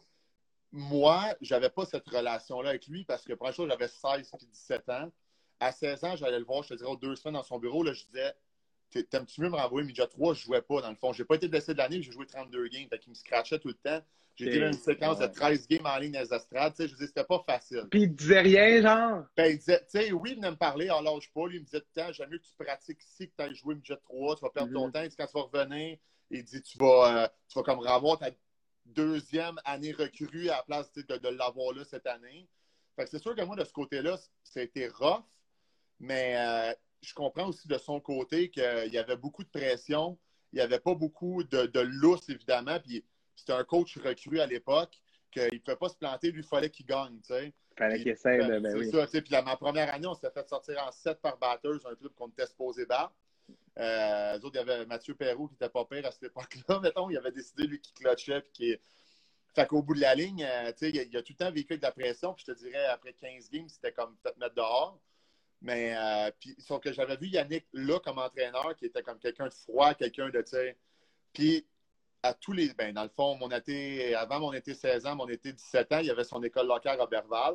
Moi, je n'avais pas cette relation-là avec lui parce que, première chose, j'avais 16 et 17 ans. À 16 ans, j'allais le voir, je te dirais, 2 semaines dans son bureau. Là, je disais, t'aimes-tu mieux me renvoyer midget 3? Je ne jouais pas, dans le fond. Je n'ai pas été blessé de l'année, mais j'ai joué 32 games. Fait qu'il me scratchait tout le temps. J'ai été dans une séquence de 13 games en ligne dans les estrades. Je disais, c'était pas facile. Puis il disait rien, genre? Ben, il disait, tu sais, oui, il venait me parler, en lâche pas. Lui, il me disait tout le temps, j'aime mieux que tu pratiques ici que tu ailles jouer midget 3. Tu vas perdre ton temps. Il dit, quand tu vas revenir, il dit, tu vas comme revoir ta 2e année recrue à la place de l'avoir là cette année. Fait que c'est sûr que moi, de ce côté-là, ça a été rough, mais je comprends aussi de son côté qu'il y avait beaucoup de pression. Il n'y avait pas beaucoup de lousse, évidemment. Puis c'était un coach recru à l'époque qu'il ne pouvait pas se planter. Lui, il fallait qu'il gagne. Il fallait qu'il essaie de... Ben oui. ça. Puis ma première année, on s'est fait sortir en 7 par Batters, un club qu'on était supposé battre. Eux autres, il y avait Mathieu Perrault qui n'était pas pire à cette époque-là. Mettons, il avait décidé, lui, qui clutchait. Fait qu'au bout de la ligne, il a tout le temps vécu avec de la pression. Puis je te dirais, après 15 games, c'était comme peut-être mettre dehors. Mais sauf que j'avais vu Yannick là comme entraîneur, qui était comme quelqu'un de froid, quelqu'un de, tu sais. Puis à tous les. Ben, dans le fond, avant mon été 16 ans, mon été 17 ans, il y avait son école locale à Berval.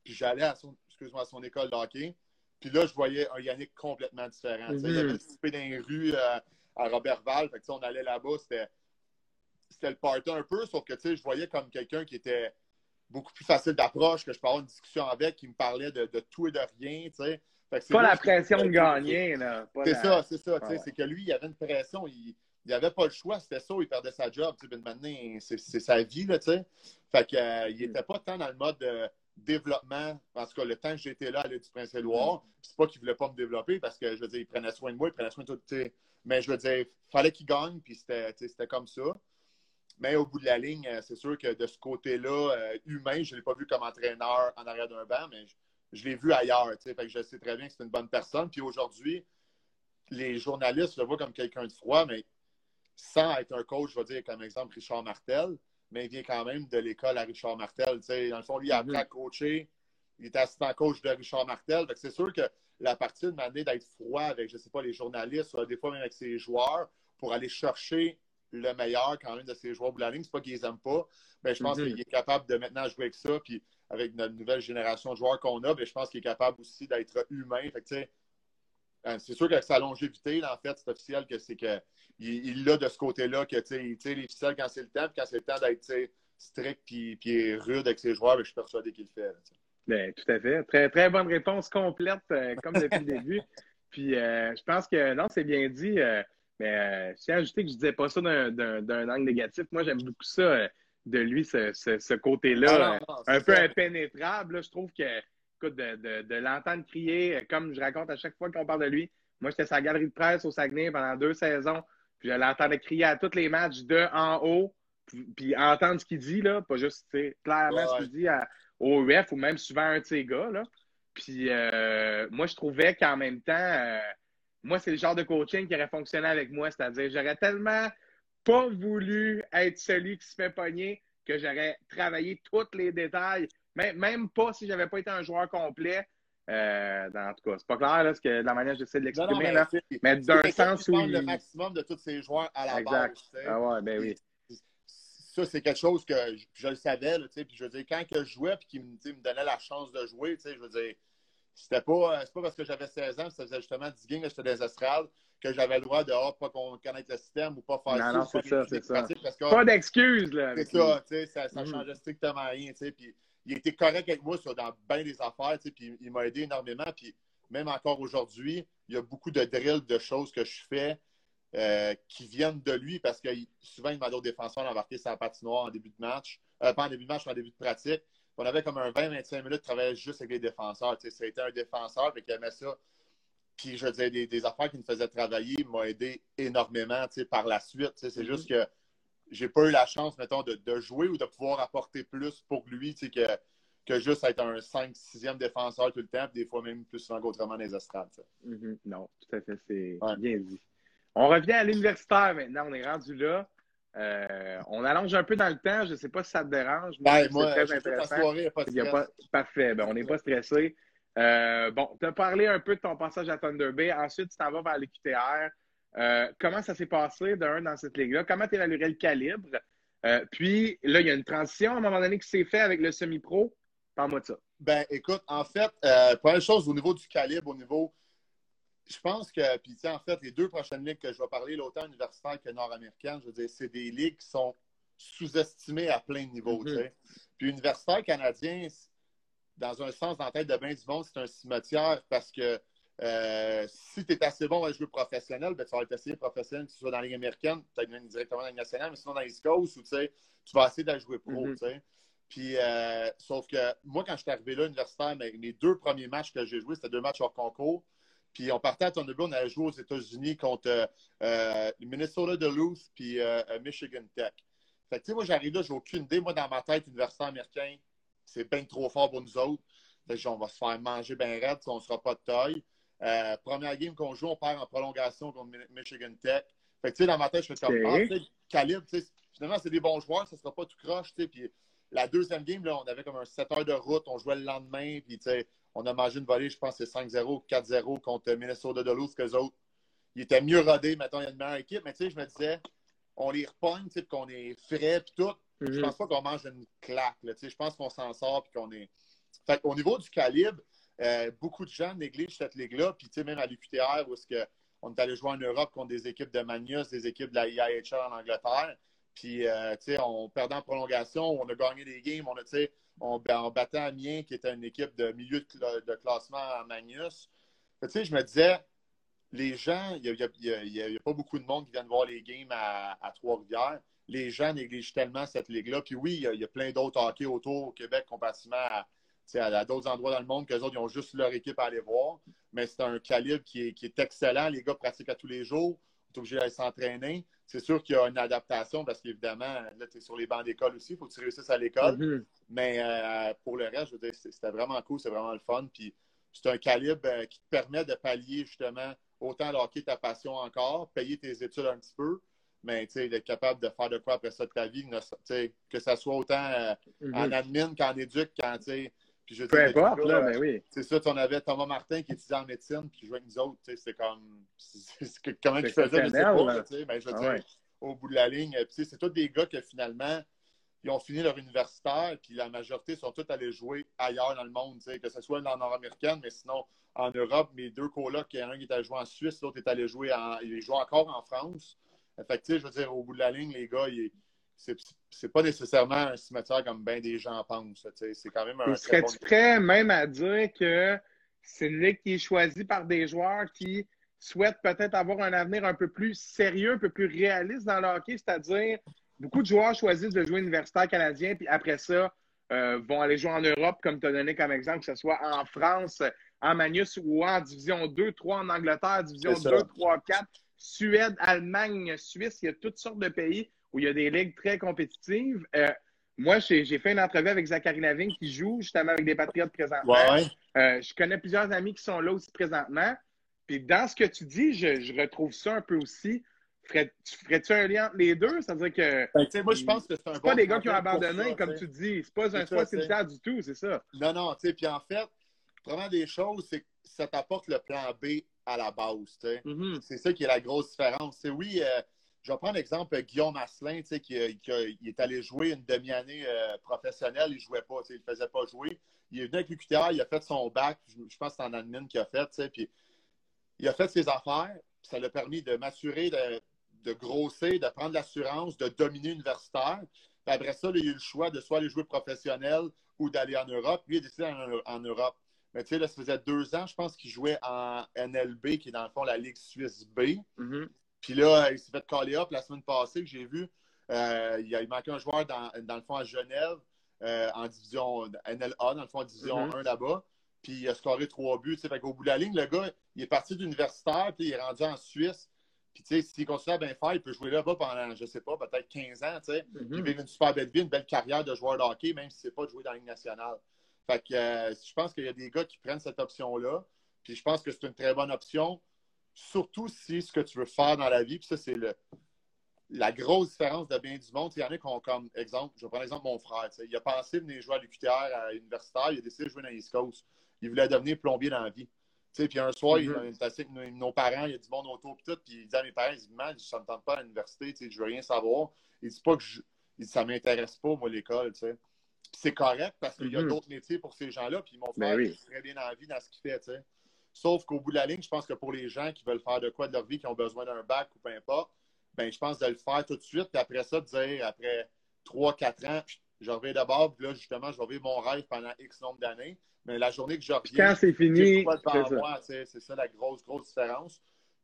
puis j'allais à à son école de hockey. Puis là, je voyais un Yannick complètement différent. Il avait participé dans les rues à Robertval. Fait que, on allait là-bas, c'était le party un peu, sauf que je voyais comme quelqu'un qui était beaucoup plus facile d'approche, que je peux avoir une discussion avec, qui me parlait de tout et de rien. Fait que pas la pression de gagner. C'est ça. C'est que lui, il avait une pression. Il n'avait pas le choix. C'était ça, il perdait sa job. Maintenant, c'est sa vie. Là, fait que, il n'était pas tant dans le mode développement. En tout cas, le temps que j'étais là à l'île du Prince-Édouard, c'est pas qu'il ne voulait pas me développer parce que, je veux dire, il prenait soin de moi, il prenait soin de tout. Mais je veux dire, il fallait qu'il gagne, puis c'était comme ça. Mais au bout de la ligne, c'est sûr que de ce côté-là, humain, je ne l'ai pas vu comme entraîneur en arrière d'un banc, mais je l'ai vu ailleurs. Fait que je sais très bien que c'est une bonne personne. Puis aujourd'hui, les journalistes le voient comme quelqu'un de froid, mais sans être un coach, je vais dire comme exemple Richard Martel, mais il vient quand même de l'école à Richard Martel. Dans le fond, lui, il a appris à coacher. Il est assistant coach de Richard Martel. Fait que c'est sûr que la partie de m'amener d'être froid avec, je ne sais pas, les journalistes, des fois même avec ses joueurs, pour aller chercher le meilleur quand même de ses joueurs au bout de la ligne, c'est pas qu'ils les aiment pas, mais je pense qu'il est capable de maintenant jouer avec ça, puis avec notre nouvelle génération de joueurs qu'on a, je pense qu'il est capable aussi d'être humain. Fait que, c'est sûr qu'avec sa longévité, là, en fait, c'est officiel que c'est que il l'a de ce côté-là, que il tire les ficelles quand c'est le temps, puis quand c'est le temps d'être strict puis rude avec ses joueurs, je suis persuadé qu'il le fait. Bien, tout à fait. Très, très bonne réponse complète, comme depuis le début. Puis je pense que non, c'est bien dit. Mais je tiens à ajouter que je ne disais pas ça d'un angle négatif. Moi, j'aime beaucoup ça de lui, ce côté-là, un peu impénétrable. Là, je trouve que, écoute, de l'entendre crier, comme je raconte à chaque fois qu'on parle de lui, moi, j'étais sa galerie de presse au Saguenay pendant 2 saisons, puis je l'entendais crier à tous les matchs de en haut, puis entendre ce qu'il dit, là, pas juste, clairement ce qu'il dit au UF ou même souvent un de ses gars, là. Puis moi, je trouvais qu'en même temps, moi, c'est le genre de coaching qui aurait fonctionné avec moi. C'est-à-dire, j'aurais tellement pas voulu être celui qui se fait pogner que j'aurais travaillé tous les détails. Même pas si j'avais pas été un joueur complet. En tout cas, c'est pas clair là, de la manière que j'essaie de l'exprimer. Non, mais d'un sens où. Le maximum de tous ces joueurs à la base. Ah ouais, ben oui. Ça, c'est quelque chose que je le savais. Là, puis je veux dire, quand que je jouais et qu'il me donnait la chance de jouer, je veux dire, c'est pas parce que j'avais 16 ans, ça faisait justement 10 games, j'étais des estrades, que j'avais le droit de pas qu'on connaisse le système ou pas faire non, ça. Non, c'est ça. Parce que, pas d'excuses, là. C'est ça, ça changeait strictement rien. Puis il était correct avec moi dans bien des affaires, puis il m'a aidé énormément. Puis même encore aujourd'hui, il y a beaucoup de drills, de choses que je fais qui viennent de lui parce que souvent, il demandait aux défenseurs d'embarquer sa patinoire en début de match. Pas en début de match, mais en début de pratique. On avait comme un 20-25 minutes de travailler juste avec les défenseurs. Ça a été un défenseur qui aimait ça. Puis, je veux dire, des affaires qui me faisaient travailler m'ont aidé énormément par la suite. C'est juste que j'ai pas eu la chance, mettons, de jouer ou de pouvoir apporter plus pour lui que juste être un 5-6e défenseur tout le temps, puis des fois même plus souvent qu'autrement dans les estrades. Non, tout à fait, c'est bien dit. On revient à l'universitaire maintenant, on est rendu là. On allonge un peu dans le temps, je ne sais pas si ça te dérange. Moi, c'est très intéressant. Soirée, pas de Parfait, on n'est pas stressé. Bon, tu as parlé un peu de ton passage à Thunder Bay. Ensuite, tu t'en vas vers l'EQTR. Comment ça s'est passé dans cette ligue-là? Comment tu évaluerais le calibre? Puis là, il y a une transition à un moment donné qui s'est faite avec le semi-pro. Parle-moi de ça. Ben, écoute, en fait, première chose, au niveau du calibre, je pense que, puis tu sais, en fait, les 2 prochaines ligues que je vais parler, autant universitaire que nord-américaine, je veux dire, c'est des ligues qui sont sous-estimées à plein de niveaux, tu sais. Puis universitaire canadien, dans un sens, dans la tête de bien du monde, c'est un cimetière parce que si tu es assez bon à jouer professionnel, ben, tu vas essayer professionnel, que ce soit dans la Ligue américaine, peut-être même directement dans la Ligue nationale, mais sinon dans l'East Coast, où, tu vas essayer de jouer pro, tu sais. Puis, sauf que moi, quand je suis arrivé là, universitaire, mes 2 premiers matchs que j'ai joués, c'était 2 matchs hors concours. Puis, on partait à Thunder Bay, on allait jouer aux États-Unis contre Minnesota Duluth puis Michigan Tech. Fait que, tu sais, moi, j'arrive là, j'ai aucune idée. Moi, dans ma tête, universitaire américain, c'est bien trop fort pour nous autres. Fait que, on va se faire manger bien raide, on ne sera pas de taille. Première game qu'on joue, on perd en prolongation contre Michigan Tech. Fait que, tu sais, dans ma tête, je fais comme, calibre, tu sais, finalement, c'est des bons joueurs, ça ne sera pas tout croche, tu sais. Puis, la deuxième game, là, on avait comme un 7 heures de route, on jouait le lendemain, puis, tu sais, on a mangé une volée, je pense que c'est 5-0, 4-0 contre Minnesota Duluth, qu'eux autres, ils étaient mieux rodés, mettons, il y a une meilleure équipe, mais tu sais, je me disais, on les repogne, tu sais, puis qu'on est frais, puis tout. Je pense pas qu'on mange une claque, là, tu sais, je pense qu'on s'en sort, puis qu'on est Fait qu'au niveau du calibre, beaucoup de gens négligent cette ligue-là. Puis, tu sais, même à l'UQTR, où on est allé jouer en Europe contre des équipes de Magnus, des équipes de la IIHL en Angleterre. Puis, tu sais, on perdait en prolongation, on a gagné des games, on battait Amiens, qui était une équipe de milieu de classement à Magnus. Tu sais, je me disais, les gens, il n'y a pas beaucoup de monde qui viennent voir les games à Trois-Rivières. Les gens négligent tellement cette ligue-là. Puis oui, il y a plein d'autres hockey autour au Québec comparativement à d'autres endroits dans le monde qu'eux autres, ils ont juste leur équipe à aller voir. Mais c'est un calibre qui est excellent. Les gars pratiquent à tous les jours. On est obligé d'aller s'entraîner. C'est sûr qu'il y a une adaptation parce qu'évidemment, là, tu es sur les bancs d'école aussi. Il faut que tu réussisses à l'école. Mm-hmm. Mais pour le reste, je veux dire, c'était vraiment cool. C'est vraiment le fun. Puis c'est un calibre qui te permet de pallier justement autant le hockey, ta passion encore, payer tes études un petit peu, mais d'être capable de faire de quoi après ça de ta vie, que ça soit autant en admin qu'en éduc, puis je peu importe, là, ben oui. C'est ça, on avait Thomas Martin qui étudiait en médecine, qui jouait avec nous autres, c'est comme, comment il faisait, je sais pas, mais je veux dire, au bout de la ligne, c'est tous des gars que finalement, ils ont fini leur universitaire, puis la majorité sont tous allés jouer ailleurs dans le monde, que ce soit dans la nord-américaine, mais sinon en Europe. Mes deux colocs, il y en a un qui est allé jouer en Suisse, l'autre est allé jouer il joue encore en France. Fait que, je veux dire, au bout de la ligne, les gars, c'est pas nécessairement un cimetière comme bien des gens pensent. C'est quand même un. Serais-tu prêt même à dire que c'est une ligue qui est choisie par des joueurs qui souhaitent peut-être avoir un avenir un peu plus sérieux, un peu plus réaliste dans le hockey, c'est-à-dire beaucoup de joueurs choisissent de jouer universitaire canadien, puis après ça, vont aller jouer en Europe, comme tu as donné comme exemple, que ce soit en France, en Magnus ou en Division 2, 3 en Angleterre, Division 2, 3, 4, Suède, Allemagne, Suisse. Il y a toutes sortes de pays où il y a des ligues très compétitives. Moi, j'ai fait une entrevue avec Zachary Lavigne qui joue justement avec des Patriotes présentement. Ouais. Je connais plusieurs amis qui sont là aussi présentement. Puis dans ce que tu dis, je retrouve ça un peu aussi. Ferais-tu un lien entre les deux? C'est-à-dire que. Moi, je pense que c'est un bon. Pas des gars qui ont abandonné, comme tu dis. C'est pas un choix cimetière du tout, c'est ça. Non, tu sais. Puis en fait, première des choses, c'est que ça t'apporte le plan B à la base. Mm-hmm. C'est ça qui est la grosse différence. Oui, je vais prendre l'exemple Guillaume Asselin, qui est allé jouer une demi-année professionnelle. Il ne jouait pas, il ne faisait pas jouer. Il est venu avec l'UQTR, il a fait son bac. Je pense que c'est en admin qu'il a fait. Puis il a fait ses affaires. Ça l'a permis de m'assurer de grossir, de prendre l'assurance, de dominer universitaire. Puis après ça, il a eu le choix de soit aller jouer professionnel ou d'aller en Europe. Lui, il a décidé en Europe. Mais tu sais, là, ça faisait 2 ans, je pense qu'il jouait en NLB, qui est dans le fond la Ligue Suisse B. Mm-hmm. Puis là, il s'est fait caller up la semaine passée, que j'ai vu. Il manquait un joueur dans le fond à Genève, en division NLA, dans le fond en division 1 là-bas. Puis il a scoré 3 buts. Fait qu'au bout de la ligne, le gars, il est parti d'universitaire, puis il est rendu en Suisse. Puis tu sais, s'il continue à bien faire, il peut jouer là-bas pendant, je sais pas, peut-être 15 ans. Il vit une super belle vie, une belle carrière de joueur de hockey, même si c'est pas de jouer dans la Ligue nationale. Fait que je pense qu'il y a des gars qui prennent cette option-là. Puis je pense que c'est une très bonne option, surtout si ce que tu veux faire dans la vie, puis ça, c'est la grosse différence de bien du monde. Il y en a qui ont comme exemple, je vais prendre l'exemple de mon frère. Il a pensé venir jouer à l'UQTR à l'universitaire, il a décidé de jouer dans l'East Coast. Il voulait devenir plombier dans la vie. Puis un soir, il est assis avec nos parents, il y a du monde autour, puis tout, puis il dit à mes parents, il dit, man, ça ne me tente pas à l'université, je veux rien savoir. Il dit pas que ça ne m'intéresse pas, moi, l'école. C'est correct parce qu'il y a d'autres métiers pour ces gens-là, puis mon frère, il est très bien en vie dans ce qu'il fait. Sauf qu'au bout de la ligne, je pense que pour les gens qui veulent faire de quoi de leur vie, qui ont besoin d'un bac ou peu importe, ben, je pense de le faire tout de suite, puis après ça, de dire, après 3-4 ans, je reviens d'abord, puis là, justement, je vais vivre mon rêve pendant X nombre d'années. Mais la journée que je reviens, quand c'est fini, c'est ça la grosse différence.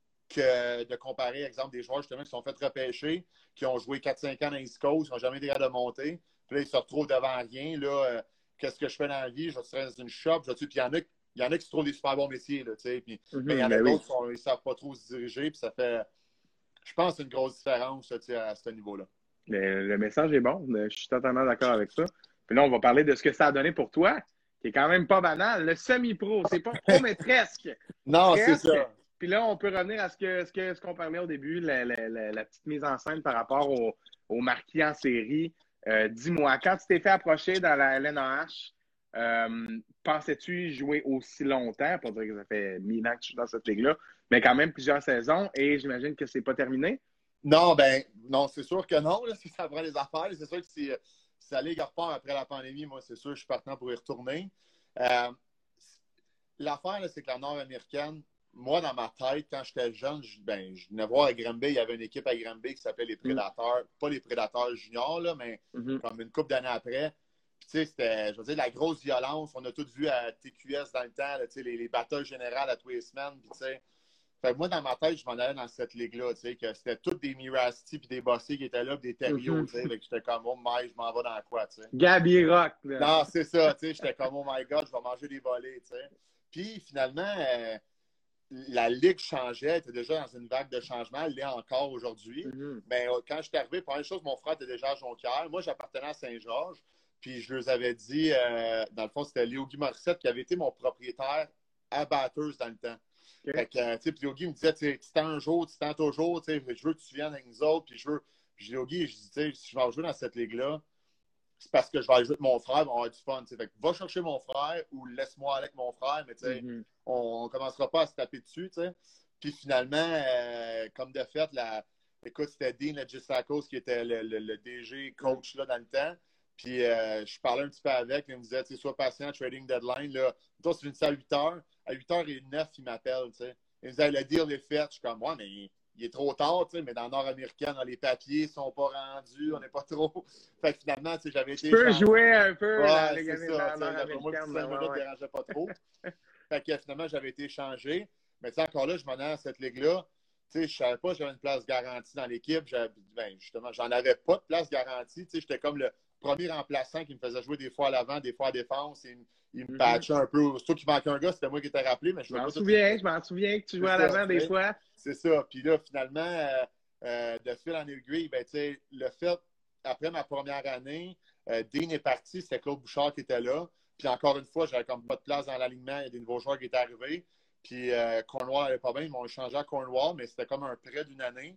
Que de comparer, exemple, des joueurs justement qui sont fait repêcher, qui ont joué 4-5 ans dans l'East Coast, qui n'ont jamais été capables de monter. Puis là, ils se retrouvent devant rien. Là, qu'est-ce que je fais dans la vie? Je serai dans une shop. Puis il y en a qui se trouvent des super bons métiers. Là, puis, mais il y en a d'autres qui ne savent pas trop se diriger. Puis ça fait, je pense, une grosse différence à ce niveau-là. Le message est bon. Je suis totalement d'accord avec ça. Puis là, on va parler de ce que ça a donné pour toi, qui est quand même pas banal. Le semi-pro, c'est pas pro, mais presque. Non, presque. c'est ça. Puis là, on peut revenir à ce qu'on parlait au début, la petite mise en scène par rapport au marquis en série. Dis-moi, quand tu t'es fait approcher dans la LNAH, pensais-tu jouer aussi longtemps? Pas dire que ça fait 1000 ans que tu es dans cette ligue-là, mais quand même plusieurs saisons, et j'imagine que c'est pas terminé? Non, non, c'est sûr que non. Là, si ça prend les affaires, c'est sûr que si la Ligue repart après la pandémie, moi, c'est sûr, je suis partant pour y retourner. Euh, L'affaire, là, c'est que la Nord-américaine, moi, dans ma tête, quand j'étais jeune, je venais voir à Granby, il y avait une équipe à Granby qui s'appelait les Prédateurs. Pas les Prédateurs juniors, là, mais comme une couple d'années après. Puis, tu sais, c'était, je veux dire, la grosse violence. On a tous vu à TQS dans le temps, là, tu sais, les batailles générales à tous les semaines. Puis, tu sais, fait que moi, dans ma tête, je m'en allais dans cette ligue-là, tu sais, que c'était tous des Mirasti puis des Bossy qui étaient là, puis des Thériault, tu sais. Fait que j'étais comme, oh my, je m'en vais dans quoi, tu sais. Gabi Rock, là. Non, c'est ça, tu sais. J'étais comme, oh my God, je vais manger des volets, tu sais. Puis, finalement, la ligue changeait, elle était déjà dans une vague de changement, elle l'est encore aujourd'hui. Mais quand je suis arrivé, première chose, mon frère était déjà à Jonquière. Moi, j'appartenais à Saint-Georges. Puis je leur avais dit, dans le fond, c'était Léo Guy Morissette qui avait été mon propriétaire à Batters dans le temps. Okay. Fait que, tu sais, puis Léo Guy me disait, tu tends un jour, tu tends toujours, tu sais, je veux que tu viennes avec nous autres, puis je veux. Puis Léo Guy, je dis, tu sais, si je vais jouer dans cette ligue-là, c'est parce que je vais aller jouer avec mon frère, on va avoir du fun. T'sais. Fait que va chercher mon frère ou laisse-moi aller avec mon frère, mais on ne commencera pas à se taper dessus. T'sais. Puis finalement, comme de fait, écoute, c'était Dean Legisakos qui était le DG coach là, dans le temps. Puis je parlais un petit peu avec, il me disait, sois patient, trading deadline. Là. Toi, c'est à 8 h. À 8h09, il m'appelle. T'sais. Il me disait, le deal est fait. Je suis comme, ouais, mais il est trop tard, mais dans le Nord-américain, les papiers ne sont pas rendus, on n'est pas trop. Fait que finalement, j'avais été. Tu peux jouer un peu dans les c'est ça. Moi, 5 minutes ne ouais. dérangeait pas trop. Fait que finalement, j'avais été échangé. Mais encore là, je m'en allais à cette ligue-là. Je ne savais pas que j'avais une place garantie dans l'équipe. Justement, j'en avais pas de place garantie. J'étais comme le premier remplaçant qui me faisait jouer des fois à l'avant, des fois à défense. Il me patchait un peu. Surtout qu'il manquait un gars, c'était moi qui étais rappelé. Mais je m'en souviens que tu jouais à l'avant des fois. C'est ça. Puis là, finalement, de fil en aiguille, le fait, après ma première année, Dean est parti, c'était Claude Bouchard qui était là. Puis encore une fois, j'avais comme pas de place dans l'alignement. Il y a des nouveaux joueurs qui étaient arrivés. Puis Cornwall n'allait pas bien. Ils m'ont échangé à Cornwall, mais c'était comme un prêt d'une année.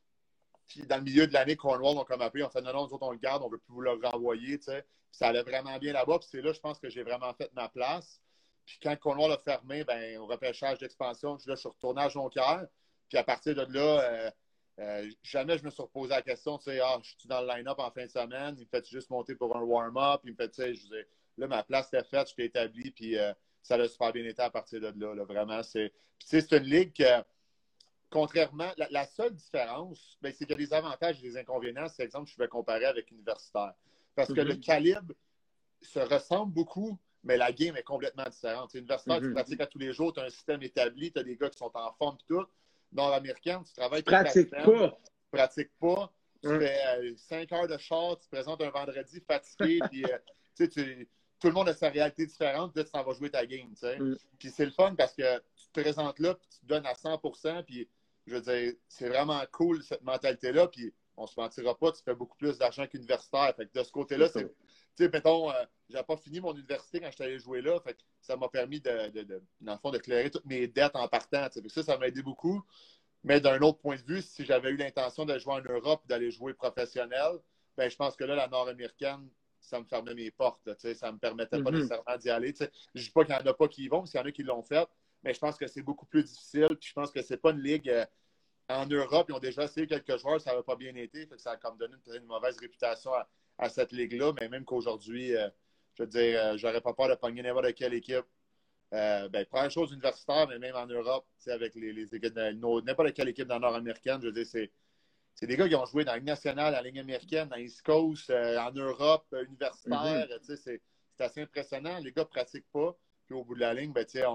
Puis dans le milieu de l'année, Cornwall ont comme appelé. On fait non, nous autres, on le garde, on ne veut plus vous le renvoyer. Puis ça allait vraiment bien là-bas. Puis c'est là, je pense que j'ai vraiment fait ma place. Puis quand Cornwall a fermé, au repêchage d'expansion, je suis retourné à Jonquière. Puis à partir de là, jamais je me suis reposé la question, je suis dans le line-up en fin de semaine, il me fait juste monter pour un warm-up, il me fait, là, ma place était faite, je t'ai établi, puis ça a super bien été à partir de là, vraiment. C'est une ligue que, contrairement, la seule différence, c'est qu'il y a des avantages et des inconvénients, c'est exemple, je vais comparer avec universitaire. Parce que le calibre se ressemble beaucoup, mais la game est complètement différente. Universitaire, tu pratiques à tous les jours, tu as un système établi, tu as des gars qui sont en forme et tout. Nord-américaine, tu travailles toute la semaine. Tu pratiques pas. Tu fais 5 heures de char, tu te présentes un vendredi fatigué, puis tout le monde a sa réalité différente, puis là, tu t'en vas jouer ta game. Puis c'est le fun parce que tu te présentes là, puis tu te donnes à 100%, puis je veux dire, c'est vraiment cool cette mentalité-là, puis on ne se mentira pas, tu fais beaucoup plus d'argent qu'universitaire. Fait que de ce côté-là, c'est. Tu sais, mettons, j'avais pas fini mon université quand je suis allé jouer là. Fait que ça m'a permis, dans le fond, de clairer toutes mes dettes en partant. Ça m'a aidé beaucoup. Mais d'un autre point de vue, si j'avais eu l'intention de jouer en Europe et d'aller jouer professionnel, je pense que là, la Nord-américaine, ça me fermait mes portes. Ça ne me permettait pas nécessairement d'y aller. Je ne dis pas qu'il n'y en a pas qui y vont, parce qu'il y en a qui l'ont fait. Mais je pense que c'est beaucoup plus difficile. Puis je pense que c'est pas une ligue. En Europe, ils ont déjà essayé quelques joueurs, ça n'a pas bien été. Fait que ça a comme donné une mauvaise réputation à cette ligue-là, mais même qu'aujourd'hui, je veux dire, j'aurais pas peur de pogner n'importe quelle équipe. Première chose universitaire, mais même en Europe, avec les équipes n'importe quelle équipe dans le nord-américaine, je veux dire, c'est des gars qui ont joué dans la Ligue nationale, dans la Ligue américaine, dans l'East Coast, en Europe, universitaire. C'est assez impressionnant. Les gars ne pratiquent pas. Puis au bout de la ligne,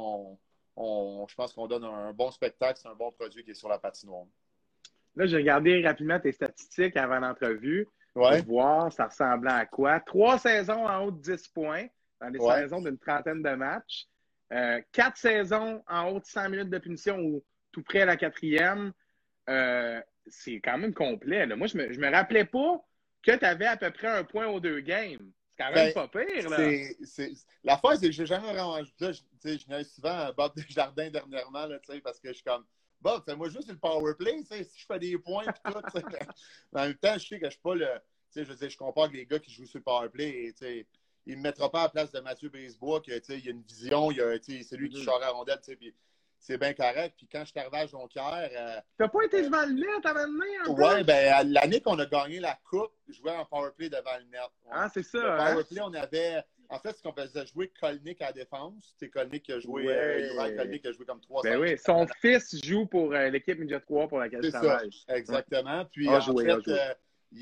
je pense qu'on donne un bon spectacle. C'est un bon produit qui est sur la patinoire. Là, j'ai regardé rapidement tes statistiques avant l'entrevue. Ouais. Pour voir ça ressemblait à quoi. 3 saisons en haut de 10 points dans des saisons d'une trentaine de matchs. 4 saisons en haut de 100 minutes de punition ou tout près à la 4e. C'est quand même complet. Là. Moi, je me rappelais pas que tu avais à peu près 1 point aux 2 games. C'est quand même pas pire. L'affaire, c'est que j'ai jamais vraiment... Je venais souvent à Bob Desjardins dernièrement là, parce que je suis comme... Bob, fais-moi juste le power play, si je fais des points et tout. Mais en même temps, je sais que je suis pas le. Je veux dire, je compare avec les gars qui jouent sur le power play. Et, il ne me mettra pas à la place de Mathieu Brisebois, qu'il y a une vision, c'est lui qui sort à la rondelle. Puis, c'est bien correct. Puis quand je suis arrivé à Jonquière... T'as pas été devant le net à m'amener un peu? Ouais, ben l'année qu'on a gagné la Coupe, je jouais en powerplay devant le net. Ah, c'est ça, Le hein? powerplay, on avait... En fait, ce qu'on faisait jouer Kolnick à la défense. C'est Kolnick qui a joué... Uri Kolnick a joué comme 3 Ben oui, son fils joue pour l'équipe Midget 3 pour laquelle je travaille. Ça, exactement. Puis A en joué, fait,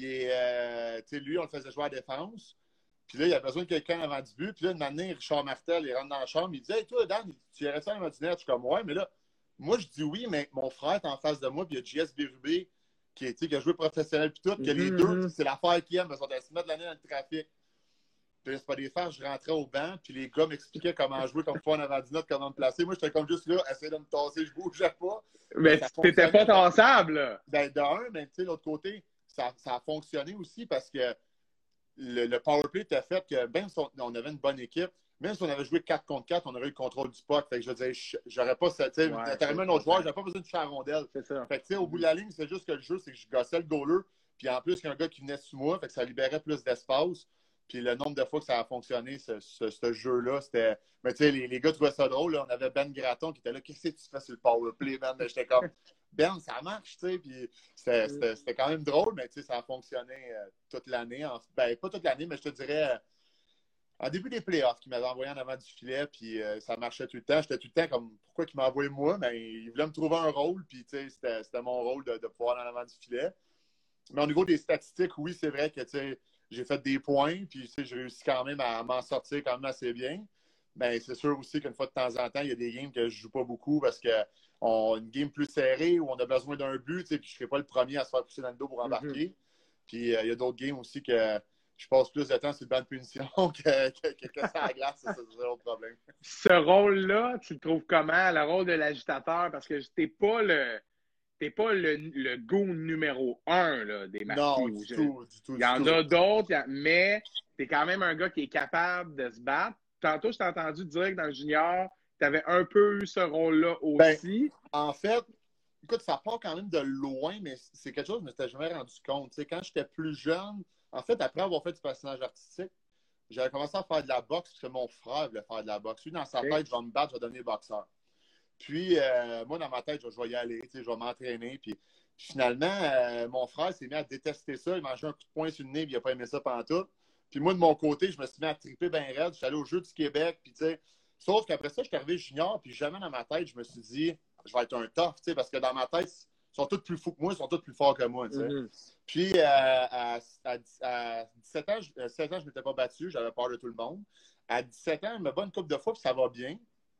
lui, on le faisait jouer à la défense. Puis là, il a besoin de quelqu'un avant du but. Puis là, une année, Richard Martel, il rentre dans la chambre. Il dit, hey, toi, Dan, tu irais ça à la net? Je suis comme, ouais, mais là, moi, je dis oui, mais mon frère est en face de moi. Puis il y a JS Bérubé qui a joué professionnel. Puis tout, que les deux, c'est l'affaire qu'ils aiment. Ils sont à se mettre l'année dans le trafic. Puis c'est pas des faire, je rentrais au banc. Puis les gars m'expliquaient comment jouer, comme fois en avant du net, comment me placer. Moi, j'étais comme juste là, essayer de me tasser, je bougeais pas. Mais t'étais pas tassable, là. Ben, d'un, mais tu sais, l'autre côté, ça a fonctionné aussi parce que le powerplay était fait que même si on avait une bonne équipe, même si on avait joué 4 contre 4, on aurait eu le contrôle du puck. Fait que je veux dire, j'aurais pas, tu sais, un autre joueur, j'avais pas besoin de toucher la rondelle. C'est ça. Fait que, tu sais, au bout de la ligne, c'est juste que le jeu, c'est que je gossais le goaler. Puis en plus, il y a un gars qui venait sous moi, fait que ça libérait plus d'espace. Puis le nombre de fois que ça a fonctionné, ce jeu-là, c'était. Mais tu sais, les gars trouvaient ça drôle. Là. On avait Ben Gratton qui était là. Qu'est-ce que tu fais sur le powerplay, Ben? J'étais comme, Ben, ça marche, tu sais. Puis c'était quand même drôle, mais tu sais, ça a fonctionné toute l'année. Ben, pas toute l'année, mais je te dirais, en début des playoffs, qui m'avaient envoyé en avant du filet, puis ça marchait tout le temps. J'étais tout le temps comme, pourquoi il m'a envoyé moi? Ben, il voulait me trouver un rôle, puis tu sais, c'était mon rôle de pouvoir aller en avant du filet. Mais au niveau des statistiques, oui, c'est vrai que, tu sais, j'ai fait des points, puis tu sais, j'ai réussi quand même à m'en sortir quand même assez bien. Mais c'est sûr aussi qu'une fois de temps en temps, il y a des games que je joue pas beaucoup parce que une game plus serrée où on a besoin d'un but, tu sais, puis je ne serai pas le premier à se faire pousser dans le dos pour embarquer. Puis il y a d'autres games aussi que je passe plus de temps sur le banc de punition que ça à la glace, c'est l'autre problème. Ce rôle-là, tu le trouves comment, le rôle de l'agitateur? Parce que t'es pas le goût numéro 1 là, des marquis. Non, du tout. Il y en a d'autres, mais tu es quand même un gars qui est capable de se battre. Tantôt, je t'ai entendu dire que dans le junior, tu avais un peu eu ce rôle-là aussi. Ben, en fait, écoute, ça part quand même de loin, mais c'est quelque chose que je ne m'étais jamais rendu compte. Tu sais, quand j'étais plus jeune, en fait, après avoir fait du patinage artistique, j'avais commencé à faire de la boxe parce que mon frère voulait faire de la boxe. Lui, dans sa tête, je vais me battre, je vais devenir boxeur. Puis, moi, dans ma tête, je vais y aller, je vais m'entraîner. Puis finalement, mon frère s'est mis à détester ça. Il mangeait un coup de poing sur le nez, puis il n'a pas aimé ça pantoute. Puis moi, de mon côté, je me suis mis à triper bien raide. Je suis allé aux Jeux du Québec, puis tu sais. Sauf qu'après ça, je suis arrivé junior, puis jamais dans ma tête, je me suis dit, je vais être un tough, tu sais, parce que dans ma tête, ils sont tous plus fous que moi, ils sont tous plus forts que moi, tu sais. Puis, à 17 ans, je ne m'étais pas battu, j'avais peur de tout le monde. À 17 ans, je me bats une couple de fois, puis ça va bien.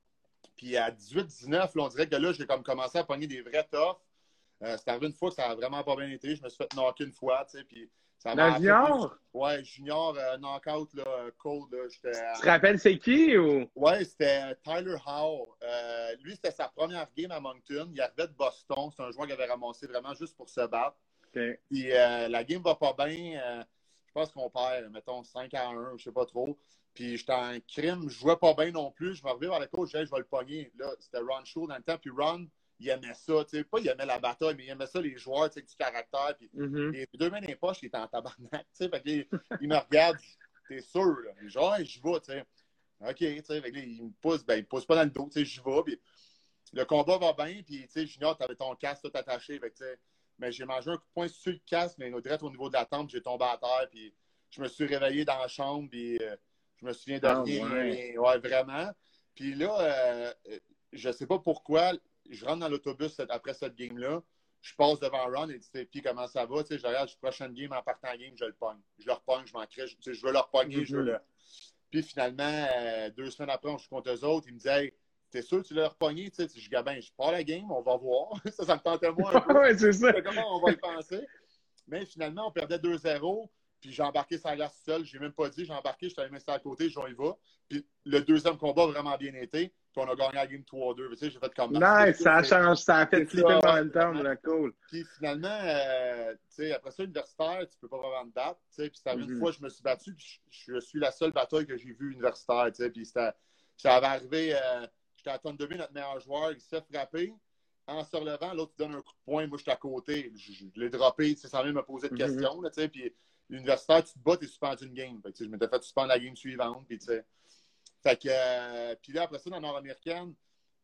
Puis à 18-19, on dirait que là, j'ai comme commencé à pogner des vrais toughs. C'est arrivé une fois que ça n'a vraiment pas bien été. Je me suis fait knocker une fois, tu sais, puis ça m'a... Junior? Ouais, junior, knockout, là, cold. Là, tu te rappelles c'est qui ou? Ouais, c'était Tyler Howe. Lui, c'était sa première game à Moncton. Il arrivait de Boston. C'est un joueur qui avait ramassé vraiment juste pour se battre. Okay. Puis la game va pas bien. Je pense qu'on perd, mettons, 5-1, je sais pas trop. Puis j'étais en crime, je jouais pas bien non plus. Je me reviens vers le coach, je vais le pogner. Là, c'était Ron Shaw dans le temps. Puis Ron, il aimait ça. Tu sais, pas il aimait la bataille, mais il aimait ça, les joueurs, tu sais, du caractère. Puis les deux mains dans les poches, il était en tabarnak. Tu sais, fait qu'il il me regarde, t'es sûr, là. Genre, hey, j'y vais, tu sais. OK, tu sais, fait que, il me pousse, ben, il me pousse pas dans le dos, tu sais, j'y vais. Puis le combat va bien, puis tu sais, Junior, t'avais ton casque tout attaché. Fait que, tu sais, mais j'ai mangé un coup de poing sur le casque, mais direct au niveau de la tempe, j'ai tombé à terre, puis je me suis réveillé dans la chambre, puis je me souviens de rien. Ouais, vraiment. Puis là, je sais pas pourquoi, je rentre dans l'autobus après cette game-là, je passe devant Ron et dit, puis comment ça va? Tu sais, je regarde, prochaine game, en partant game, je le pogne. Je le repogne, je m'en crée, je veux le repogner, je veux le... Puis finalement, 2 semaines après, on joue contre eux autres, ils me disaient, hey, t'es sûr que tu l'as repogné? Tu sais, je dis, ben, je pars la game, on va voir. ça me tentait moins un peu. Ouais, c'est ça. Comment on va y penser? Mais finalement, on perdait 2-0. Puis j'ai embarqué sur la glace seul. J'ai même pas dit, j'ai embarqué, je t'avais mis ça à côté, j'y va. Puis le deuxième combat a vraiment bien été. Puis on a gagné la game 3-2. Tu sais, j'ai fait comme... Nice, ça change, ça a fait flipper le momentum, là, cool. Puis finalement, tu sais, après ça, universitaire, tu peux pas vraiment te battre. Tu sais, puis c'était une fois, je me suis battu, puis je suis la seule bataille que j'ai vue universitaire. Tu sais, puis ça avait arrivé, j'étais à tonne de notre meilleur joueur, il s'est frappé. En se relevant, l'autre donne un coup de poing, moi je suis à côté. Je l'ai droppé, tu sais, sans même me poser de questions. Là, tu sais, puis l'universitaire, tu te bats, t'es suspendu une game. Fait que, je m'étais fait suspendre la game suivante. Puis, tu sais. Fait que, puis là, après ça, dans la Nord-Américaine,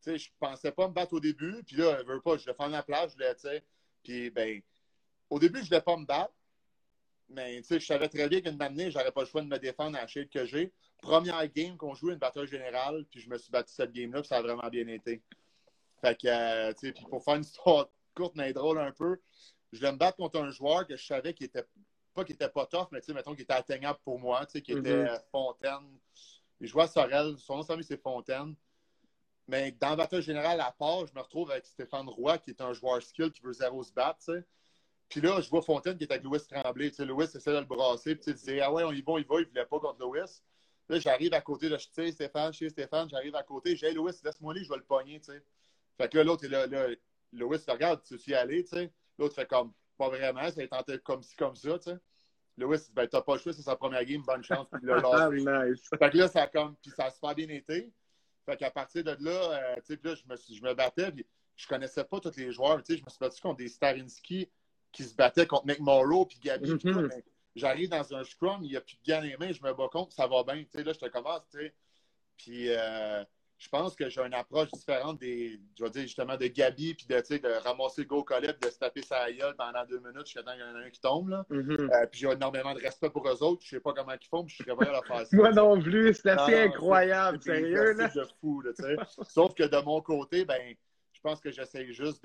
sais, je pensais pas me battre au début. Puis là, je veux pas, je voulais faire la plage, je voulais, tu sais. Puis, ben, au début, je voulais pas me battre. Mais, tu sais, je savais très bien qu'une année, j'aurais pas le choix de me défendre à la shape que j'ai. Première game qu'on jouait, une bataille générale, puis je me suis battu cette game-là, puis ça a vraiment bien été. Fait que, tu sais, puis pour faire une histoire courte mais drôle un peu, je voulais me battre contre un joueur que je savais qui était pas tough, mais tu sais, mettons, qui était atteignable pour moi, tu sais, qui était Fontaine. Je jouais à Sorel, son nom de famille, c'est Fontaine. Mais dans la bataille générale, à part, je me retrouve avec Stéphane Roy, qui est un joueur skill qui veut zéro se battre, tu sais. Puis là, je vois Fontaine qui est avec Louis Tremblay. Tu sais, Louis essaie de le brasser. Puis il disait, ah ouais, on y va, il voulait pas contre Louis. Là, j'arrive à côté, là, je sais, Stéphane, j'arrive à côté, j'ai Louis, laisse-moi aller, je vais le pogner, tu sais. Fait que là, l'autre, là, Louis te regarde, tu y aller, tu sais. L'autre fait comme, pas vraiment, ça a tenté comme ci, comme ça, tu sais. Louis dit, ben, t'as pas le choix, c'est sa première game, bonne chance, puis là, Nice. Fait que là, ça a comme, puis ça a super bien été. Fait qu'à partir de là, tu sais, là, je me battais, puis je connaissais pas tous les joueurs, tu sais, je me suis battu contre des Starinski qui se battaient contre McMorrow, puis Gabi, puis tout, mais j'arrive dans un scrum, il n'y a plus de gants dans les mains, je me bats contre, ça va bien, tu sais, là, je te commence, tu sais. Puis, je pense que j'ai une approche différente je vais dire justement de Gabi, puis de ramasser le go collet, de se taper sa gueule pendant 2 minutes jusqu'à temps qu'il y en a un qui tombe. Là. Puis j'ai énormément de respect pour eux autres. Je sais pas comment ils font, puis je serais pas à faire ça. Moi non plus, c'est assez incroyable, c'est sérieux. Là. de fou, là, tu sais. Sauf que de mon côté, ben, je pense que j'essaie juste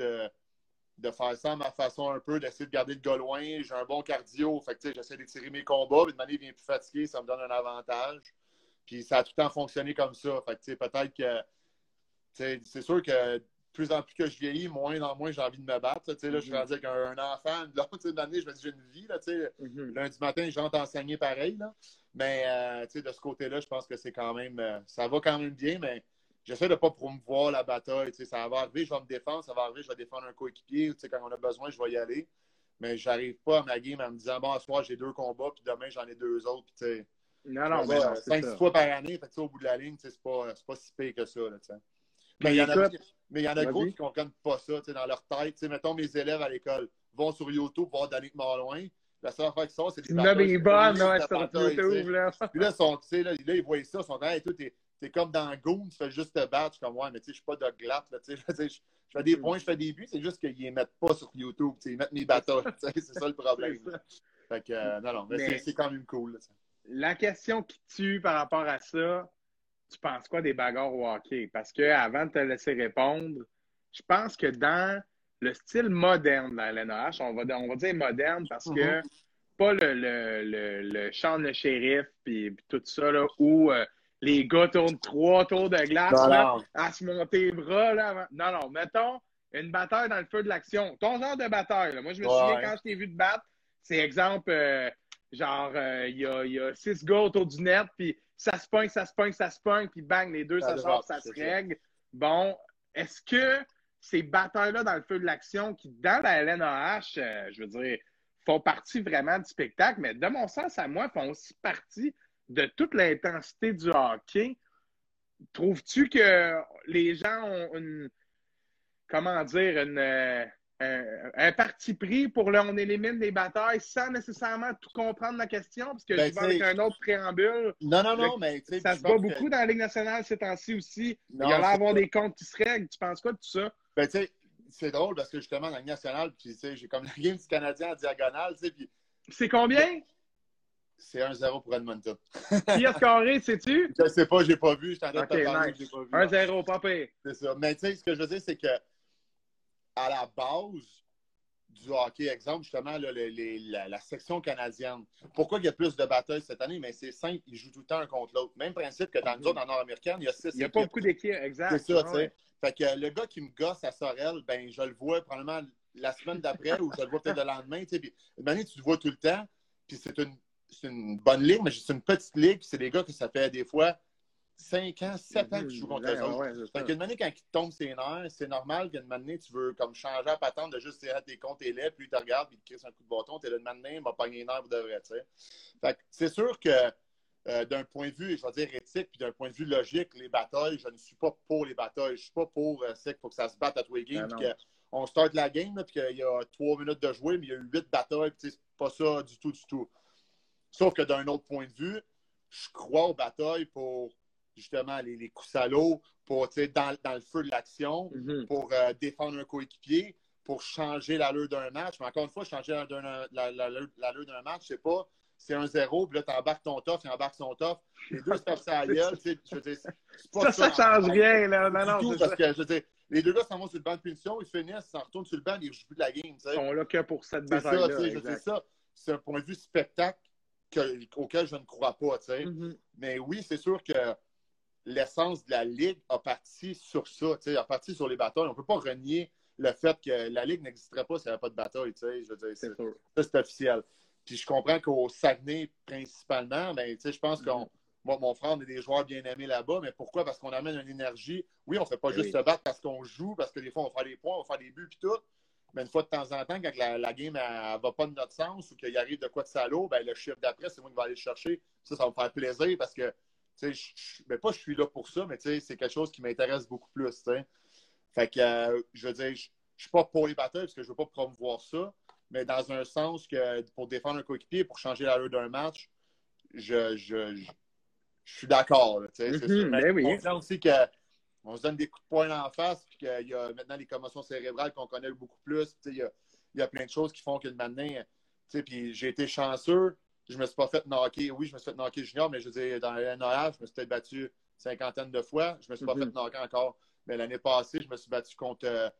de faire ça à ma façon un peu, d'essayer de garder le gars loin. J'ai un bon cardio, fait que j'essaie d'étirer mes combats, puis de manière, il vient plus fatigué, ça me donne un avantage. Puis ça a tout le temps fonctionné comme ça. Fait que peut-être que c'est sûr que de plus en plus que je vieillis, moins en moins j'ai envie de me battre. Là, je suis rendu avec un enfant. Là, une année, je me dis j'ai une vie. Là, lundi matin, j'entre enseigner pareil. Là. Mais de ce côté-là, je pense que c'est quand même. Ça va quand même bien, mais j'essaie de ne pas promouvoir la bataille. Ça va arriver, je vais me défendre, ça va arriver, je vais défendre un coéquipier. Quand on a besoin, je vais y aller. Mais j'arrive pas à ma game en me disant bon, ce soir, j'ai 2 combats, puis demain, j'en ai 2 autres. Puis, non, 5-6 fois par année, fait que, au bout de la ligne, c'est pas si pire que ça. Là, mais il y en a gros qui ne comprennent pas ça dans leur tête. Mettons, mes élèves à l'école vont sur YouTube voir Danick Marloin. La seule affaire qui sort, c'est des batailles. Bonnes, sur YouTube. Là. Puis là, ils voient ça, ils sont hey, toi, t'es comme dans Goon, tu fais juste te battre. Je suis comme, ouais, mais tu sais, je suis pas de glatte. Je fais des points, je fais des buts, c'est juste qu'ils les mettent pas sur YouTube. Ils mettent mes batailles. C'est ça le problème. Fait que, non, mais c'est quand même cool. Là, la question qui tue par rapport à ça, tu penses quoi des bagarres au hockey? Parce que avant de te laisser répondre, je pense que dans le style moderne de la LNH, on va dire moderne parce que pas le chant de shérif puis tout ça, là, où les gars tournent 3 tours de glace là, à se monter les bras. Là, avant. Non, mettons une bataille dans le feu de l'action. Ton genre de bataille. Là. Moi, je me souviens quand je t'ai vu te battre, c'est exemple, genre, il y a 6 gars autour du net, puis ça se pogne, puis bang, les deux, ça sort, ça se règle. Bon, est-ce que ces batailles-là dans le feu de l'action, qui, dans la LNAH, je veux dire, font partie vraiment du spectacle, mais de mon sens, à moi, font aussi partie de toute l'intensité du hockey. Trouves-tu que les gens ont un parti pris pour on élimine des batailles sans nécessairement tout comprendre la question, parce que je vais avec un autre préambule. Non, mais ça se bat beaucoup dans la Ligue nationale ces temps-ci aussi. Il y a l'air d'avoir des comptes qui se règlent. Tu penses quoi de tout ça? Ben, tu sais, c'est drôle parce que justement, dans la Ligue nationale, puis j'ai comme la game du Canadien en diagonale, tu sais, puis... C'est combien? C'est 1-0 pour Edmonton. Qui a scoré, sais-tu? Je sais pas, j'ai pas vu. Je t'en ai pas parlé, j'ai pas vu. 1-0, pas pire. C'est ça. Mais tu sais, ce que je veux dire, c'est que à la base du hockey, exemple, justement, là, la section canadienne, pourquoi il y a plus de batailles cette année? Mais c'est simple, ils jouent tout le temps un contre l'autre. Même principe que dans nous autres, en Nord-Américaine, il y a 6 équipes. Il n'y a pas beaucoup d'équipes, exact. C'est ça, tu sais. Fait que le gars qui me gosse à Sorel, ben je le vois probablement la semaine d'après ou je le vois peut-être le lendemain. Tu sais, puis une année, tu le vois tout le temps. Puis c'est une bonne ligue, mais c'est une petite ligue. Puis c'est des gars que ça fait des fois 5 ans, 7 ans qu'ils jouent contre eux autres. Fait qu'une année, quand ils te tombent ses nerfs, c'est normal qu'une année, tu veux comme changer la patente de juste tirer tes comptes et lait, puis il te regarde, puis il te crisse un coup de bâton, t'es là de année, il m'a pogné les nerfs, vous devrez, tu sais. Fait que c'est sûr que d'un point de vue, je vais dire éthique, puis d'un point de vue logique, les batailles, je ne suis pas pour les batailles. Je suis pas pour c'est qu'il faut que ça se batte à tous les games, puis qu'on start la game, puis qu'il y a 3 minutes de jouer, mais il y a eu 8 batailles, puis c'est pas ça du tout. Sauf que d'un autre point de vue, je crois aux batailles pour justement les coups salauds, pour, dans le feu de l'action, pour défendre un coéquipier, pour changer l'allure d'un match. Mais encore une fois, changer l'allure d'un match, c'est pas, c'est 1-0, puis là, tu embarques ton tough, il embarque son tough. Les deux se tapent sur la gueule. Je veux dire, c'est pas ça change rien, là. Non, parce que, je veux dire, les deux gars s'en vont sur le banc de punition, ils finissent, ils s'en retournent sur le banc, ils ne jouent plus de la game. Ils sont là que pour cette c'est bataille-là. Ça, je veux dire, ça, c'est un point de vue spectacle auquel je ne crois pas. Mais oui, c'est sûr que l'essence de la Ligue a parti sur ça, a parti sur les batailles. On ne peut pas renier le fait que la Ligue n'existerait pas s'il n'y avait pas de bataille. Je veux dire, ça, c'est officiel. Puis je comprends qu'au Saguenay, principalement, ben, je pense qu'on moi, mon frère, on est des joueurs bien aimés là-bas, mais pourquoi? Parce qu'on amène une énergie. Oui, on ne fait pas juste se battre parce qu'on joue, parce que des fois, on va faire des points, on va faire des buts et tout. Mais une fois de temps en temps, quand la game ne va pas de notre sens ou qu'il arrive de quoi de salaud, ben, le chiffre d'après, c'est moi qui vais aller le chercher. Ça va me faire plaisir parce que, pas je suis là pour ça, mais c'est quelque chose qui m'intéresse beaucoup plus. T'sais. Fait que, je veux dire, je ne suis pas pour les batteurs parce que je ne veux pas promouvoir ça, mais dans un sens que pour défendre un coéquipier, pour changer l'allure d'un match, je suis d'accord. C'est sûr. Mais oui. On sent aussi qu'on se donne des coups de poing en face, puis qu'il y a maintenant les commotions cérébrales qu'on connaît beaucoup plus. Il y a plein de choses qui font qu'une manière. Puis j'ai été chanceux. Je me suis pas fait knocker. Oui, je me suis fait knocker junior, mais je veux dire, dans la NAH, je me suis peut-être battu une cinquantaine de fois. Je me suis pas fait knocker encore. Mais l'année passée, je me suis battu contre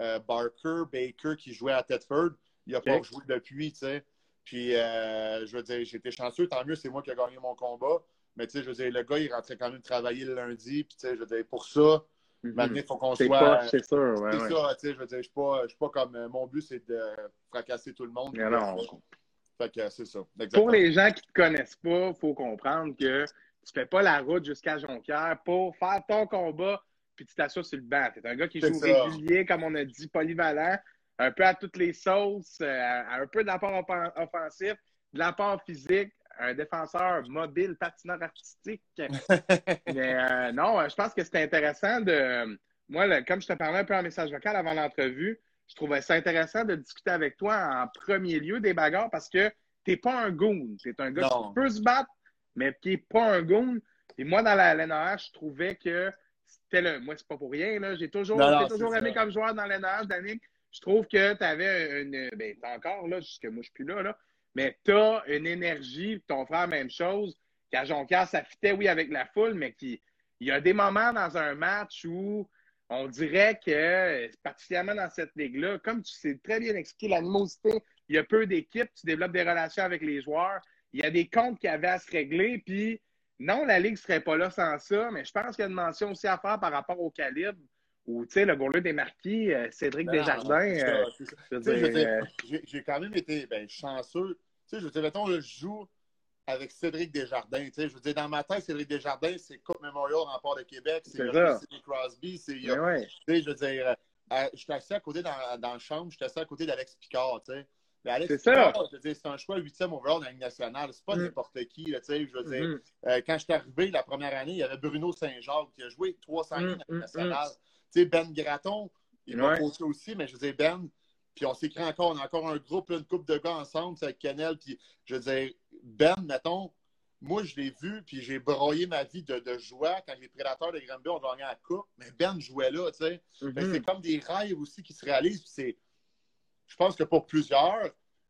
Baker, qui jouait à Thetford. Il n'a pas joué depuis. Puis, je veux dire, j'ai été chanceux. Tant mieux, c'est moi qui ai gagné mon combat. Mais, je veux dire, le gars, il rentrait quand même travailler le lundi. Puis, je veux dire, pour ça, maintenant, il faut qu'on soit. C'est sûr, c'est ça, je veux dire, je suis pas comme. Mon but, c'est de fracasser tout le monde. Mais non. Fait que c'est ça. Exactement. Pour les gens qui ne te connaissent pas, il faut comprendre que tu ne fais pas la route jusqu'à Jonquière pour faire ton combat puis tu t'assures sur le banc. Tu es un gars qui joue régulier, comme on a dit, polyvalent, un peu à toutes les sauces, un peu d'apport offensif, de l'apport physique, un défenseur mobile, patineur artistique. Mais non, je pense que c'était intéressant de... Moi, comme je te parlais un peu en message vocal avant l'entrevue, je trouvais ça intéressant de discuter avec toi en premier lieu des bagarres parce que tu n'es pas un goon. Tu es un gars qui peut se battre, mais qui n'est pas un goon. Et moi, dans la LNH, je trouvais que c'était le... Moi, c'est pas pour rien. Là. J'ai toujours aimé comme joueur dans la LNH, Danick. Je trouve que tu avais une... Ben, t'es encore là, jusque moi, je suis plus là. Mais tu as une énergie, ton frère, même chose, qu'à Jonquière, ça fitait, oui, avec la foule, mais il y a des moments dans un match où on dirait que, particulièrement dans cette ligue-là, comme tu sais très bien expliqué, l'animosité, il y a peu d'équipes, tu développes des relations avec les joueurs, il y a des comptes qui avaient à se régler, puis non, la ligue ne serait pas là sans ça, mais je pense qu'il y a une mention aussi à faire par rapport au calibre, où, tu sais, le goaler des Marquis, Cédric Desjardins... J'ai quand même été chanceux. Tu sais, je veux dire, mettons, je joue avec Cédric Desjardins. Je veux dire, dans ma tête, Cédric Desjardins, c'est Coupe Memorial Rempart de Québec, c'est Sidney Crosby, c'est... Tu sais, je veux dire, j'étais assis à côté dans la chambre, j'étais assis à côté d'Alex Picard, tu sais. Mais Alex Picard, je veux dire, c'est un choix 8e overall dans la Ligue nationale. C'est pas n'importe qui, tu sais. Je veux dire, quand j'étais arrivé la première année, il y avait Bruno Saint-Jacques qui a joué 300 games dans la Ligue nationale. Tu sais, Ben Gratton, il m'a coaché aussi, mais je veux dire, Ben... Puis on s'écrit encore, on a encore un groupe, une couple de gars ensemble, c'est avec Kennel. Puis je veux dire, Ben, mettons, moi je l'ai vu, puis j'ai broyé ma vie de joie quand les Prédateurs de Granby ont gagné la Coupe. Mais Ben jouait là, tu sais. C'est comme des rêves aussi qui se réalisent. Puis je pense que pour plusieurs,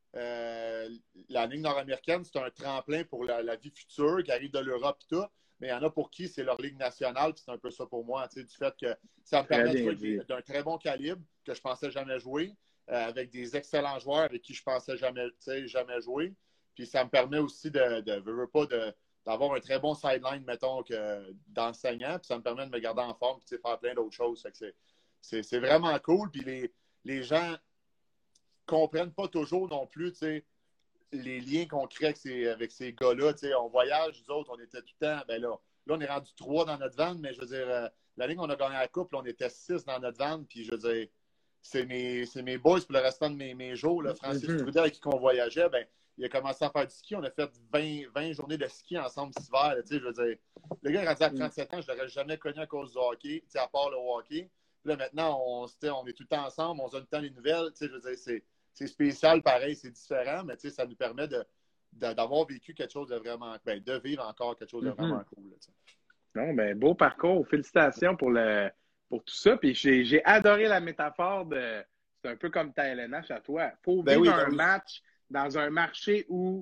la Ligue nord-américaine, c'est un tremplin pour la vie future qui arrive de l'Europe et tout. Mais il y en a pour qui c'est leur Ligue nationale, puis c'est un peu ça pour moi, tu sais, du fait que ça me permet de jouer d'un très bon calibre que je pensais jamais jouer. Avec des excellents joueurs avec qui je pensais jamais jouer. Puis ça me permet aussi d'avoir un très bon sideline, mettons, d'enseignant. Puis ça me permet de me garder en forme et de faire plein d'autres choses. C'est vraiment cool. Puis les gens ne comprennent pas toujours non plus les liens qu'on crée avec ces gars-là. On voyage, nous autres, on était tout le temps. Ben là, on est rendu 3 dans notre van, mais je veux dire, la ligne, on a gagné la coupe, là, on était 6 dans notre van. Puis je veux dire, c'est mes boys pour le restant de mes jours. Là. Francis Trudel, avec qui on voyageait, ben, il a commencé à faire du ski. On a fait 20 journées de ski ensemble cet hiver. Là, je veux dire, le gars est rendu à 37 ans, je ne l'aurais jamais connu à cause du hockey, à part le hockey. Puis là, maintenant, on est tout le temps ensemble, on se donne tout le temps les nouvelles. Je veux dire, c'est spécial, pareil, c'est différent, mais ça nous permet d'avoir vécu quelque chose de vraiment... de vivre encore quelque chose de vraiment cool. Là, Non, ben, beau parcours. Félicitations pour tout ça. Puis j'ai adoré la métaphore de. C'est un peu comme ta LNH à toi. Faut Ben vivre oui, un ben oui. match dans un marché où.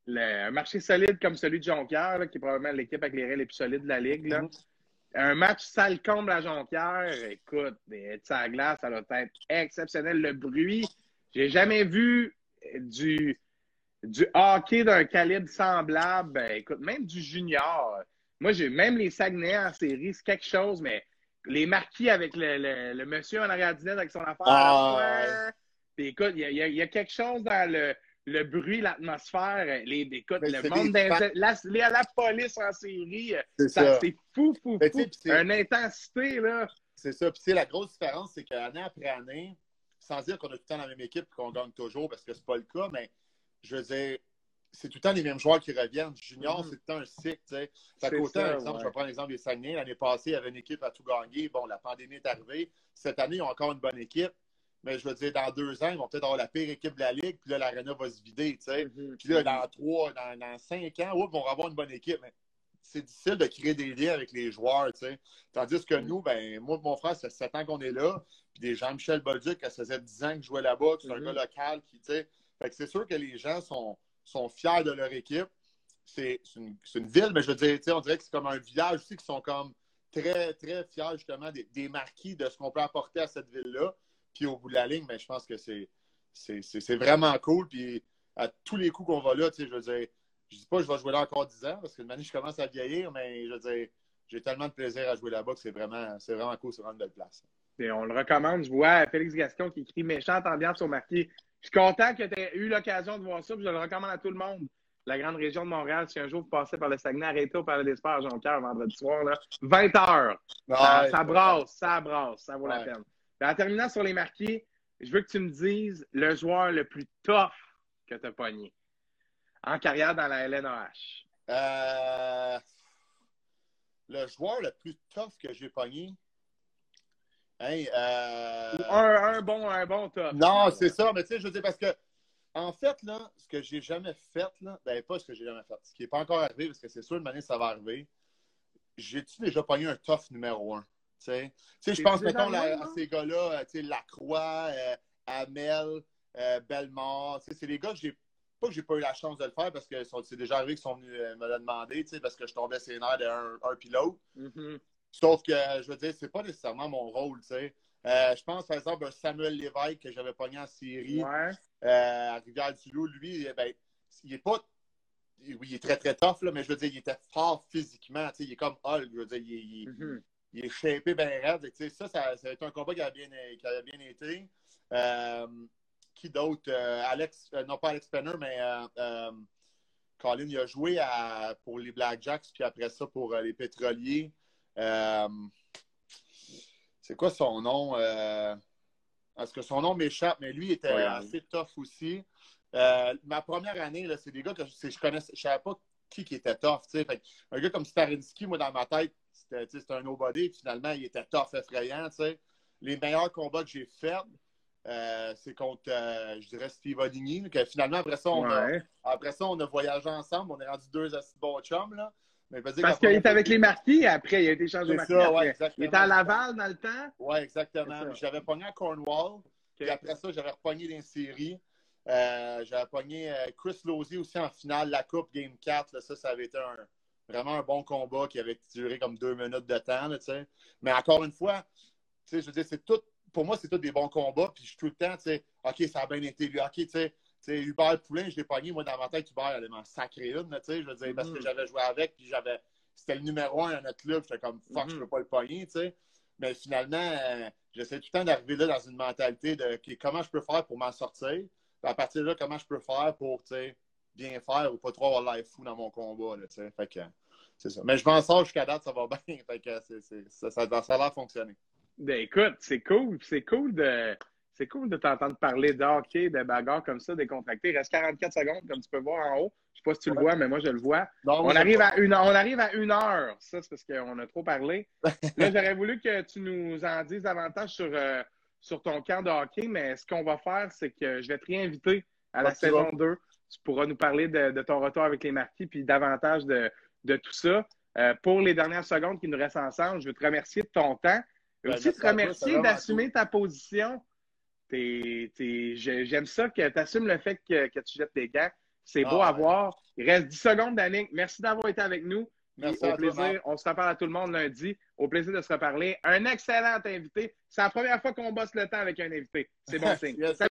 Un marché solide comme celui de Jonquière, là, qui est probablement l'équipe avec les rails les plus solides de la Ligue. Là. Un match sale comble à Jonquière, écoute, sa glace, ça doit être exceptionnel. Le bruit, j'ai jamais vu du hockey d'un calibre semblable. Ben, écoute, même du junior. Moi, j'ai même les Saguenay en série, c'est quelque chose, mais les marquis avec le monsieur en arrière du net avec son affaire. Ah, Puis écoute, il y a quelque chose dans le bruit, l'atmosphère, écoute, mais le c'est monde, des fans, la police en série, c'est ça. c'est fou, fou, Mais tu fou. sais, puis c'est Une intensité, là. c'est ça. Puis tu sais, la grosse différence, c'est qu'année après année, sans dire qu'on a tout le temps la même équipe et qu'on gagne toujours, parce que c'est pas le cas, mais je veux dire, c'est tout le temps les mêmes joueurs qui reviennent. Junior, c'est tout le temps un cycle, tu sais. Fait C'est qu'autant, ça, exemple, ouais. je vais prendre l'exemple des Saguenay. L'année passée, il y avait une équipe à tout gagner. Bon, la pandémie est arrivée. Cette année, ils ont encore une bonne équipe. Mais je veux dire, dans 2 ans, ils vont peut-être avoir la pire équipe de la Ligue. Puis là, l'Arena va se vider, tu sais. Puis là, dans 5 ans, oups, on va avoir une bonne équipe. Mais c'est difficile de créer des liens avec les joueurs, tu sais. Tandis que nous, ben, moi et mon frère, ça fait 7 ans qu'on est là. Puis des Jean-Michel Bolduc, ça faisait 10 ans que je jouais là-bas. C'est un gars local qui, tu sais. Fait que c'est sûr que les gens sont fiers de leur équipe. C'est une ville, mais je veux dire, tu sais, on dirait que c'est comme un village aussi qui sont comme très, très fiers justement des marquis de ce qu'on peut apporter à cette ville-là. Puis au bout de la ligne, mais je pense que c'est vraiment cool. Puis à tous les coups qu'on va là, tu sais, je veux dire, je dis pas que je vais jouer là encore 10 ans, parce que maintenant je commence à vieillir, mais je veux dire, j'ai tellement de plaisir à jouer là-bas que c'est vraiment cool, c'est vraiment une belle place. Et on le recommande. Je vois Félix Gaston qui écrit méchante ambiance au marquis. Je suis content que tu aies eu l'occasion de voir ça, puis je le recommande à tout le monde. La grande région de Montréal, si un jour vous passez par le Saguenay, arrêtez au Palais des Sports à Jonquière vendredi soir, là. 20 heures. Ça brasse, ça vaut la peine. Puis en terminant sur les marquis, je veux que tu me dises le joueur le plus tough que tu as pogné en carrière dans la LNAH. Le joueur le plus tough que j'ai pogné. Hey, Un bon tough. Non, c'est ça, mais tu sais, je veux dire, parce que, en fait, là, ce que j'ai jamais fait, là, ben, pas ce que j'ai jamais fait, ce qui n'est pas encore arrivé, parce que c'est sûr, une année, ça va arriver. J'ai-tu déjà pogné un tough numéro 1? Tu sais, je pense, mettons, à ces gars-là, tu sais, Lacroix, Hamel, Bellemare, tu sais, c'est les gars que j'ai pas eu la chance de le faire parce que c'est déjà arrivé qu'ils sont venus me le demander, tu sais, parce que je tombais sur les nerfs d'un pilote. Sauf que, je veux dire, c'est pas nécessairement mon rôle, tu sais. Je pense, par exemple, un Samuel Lévesque que j'avais pogné en série à Rivière-du-Loup. Lui, ben, il est pas... Oui, il est très, très tough, là, mais je veux dire, il était fort physiquement. Tu sais, il est comme Hulk. Je veux dire, il est shapé bien raide. Tu sais, ça a été un combat qui avait bien été. Qui d'autre? Alex, non pas Alex Penner, mais Colin, il a joué pour les Blackjacks, puis après ça, pour les Pétroliers. C'est quoi son nom? Parce que son nom m'échappe, mais lui, il était assez tough aussi. Ma première année, là, c'est des gars que je savais pas qui était tough. Fait, un gars comme Starinski, moi, dans ma tête, c'était un nobody. Finalement, il était tough, effrayant. T'sais. Les meilleurs combats que j'ai faits, c'est contre, je dirais, Steve Odigny. Finalement, après ça, on a voyagé ensemble. On est rendu 2 assez bons chums. Là. Mais parce qu'il était avec les marquis après, il a été changé au marquis. Ouais, il était à Laval dans le temps. Oui, exactement. J'avais pogné à Cornwall. Puis après ça, j'avais repogné dans une série. J'avais pogné Chris Lozzie aussi en finale, la Coupe Game 4. Là, ça avait été vraiment un bon combat qui avait duré comme 2 minutes de temps. Là, mais encore une fois, je veux dire, pour moi, c'est tous des bons combats. Puis je suis tout le temps, OK, ça a bien été lui. OK, tu sais, Hubert Poulain, je l'ai pogné. Moi, dans ma tête, Hubert allait m'en sacrer une. Là, je veux dire, parce que j'avais joué avec. Puis c'était le numéro 1 à notre club. J'étais comme, fuck, je peux pas le pogner. T'sais. Mais finalement, j'essaie tout le temps d'arriver là dans une mentalité de comment je peux faire pour m'en sortir. Puis à partir de là, comment je peux faire pour bien faire ou pas trop avoir l'air fou dans mon combat. Là, fait que, c'est ça. Mais je m'en sors jusqu'à date, ça va bien. Fait que ça a l'air fonctionner. Ben écoute, c'est cool. C'est cool de t'entendre parler de hockey, de bagarre comme ça, décontracté. Il reste 44 secondes, comme tu peux voir en haut. Je sais pas si tu le vois, mais moi, je le vois. Non, on arrive à 1 heure. Ça, c'est parce qu'on a trop parlé. Là, j'aurais voulu que tu nous en dises davantage sur ton camp de hockey, mais ce qu'on va faire, c'est que je vais te réinviter à la saison 2. Tu pourras nous parler de ton retour avec les marquis puis davantage de tout ça. pour les dernières secondes qui nous restent ensemble. Je veux te remercier de ton temps. Et aussi te remercier d'assumer ta position. J'aime ça que tu assumes le fait que tu jettes tes gants. C'est beau à voir. Il reste 10 secondes, Danick. Merci d'avoir été avec nous. Merci au plaisir. On se reparle à tout le monde lundi. Au plaisir de se reparler. Un excellent invité. C'est la première fois qu'on bosse le temps avec un invité. C'est bon signe. Yes.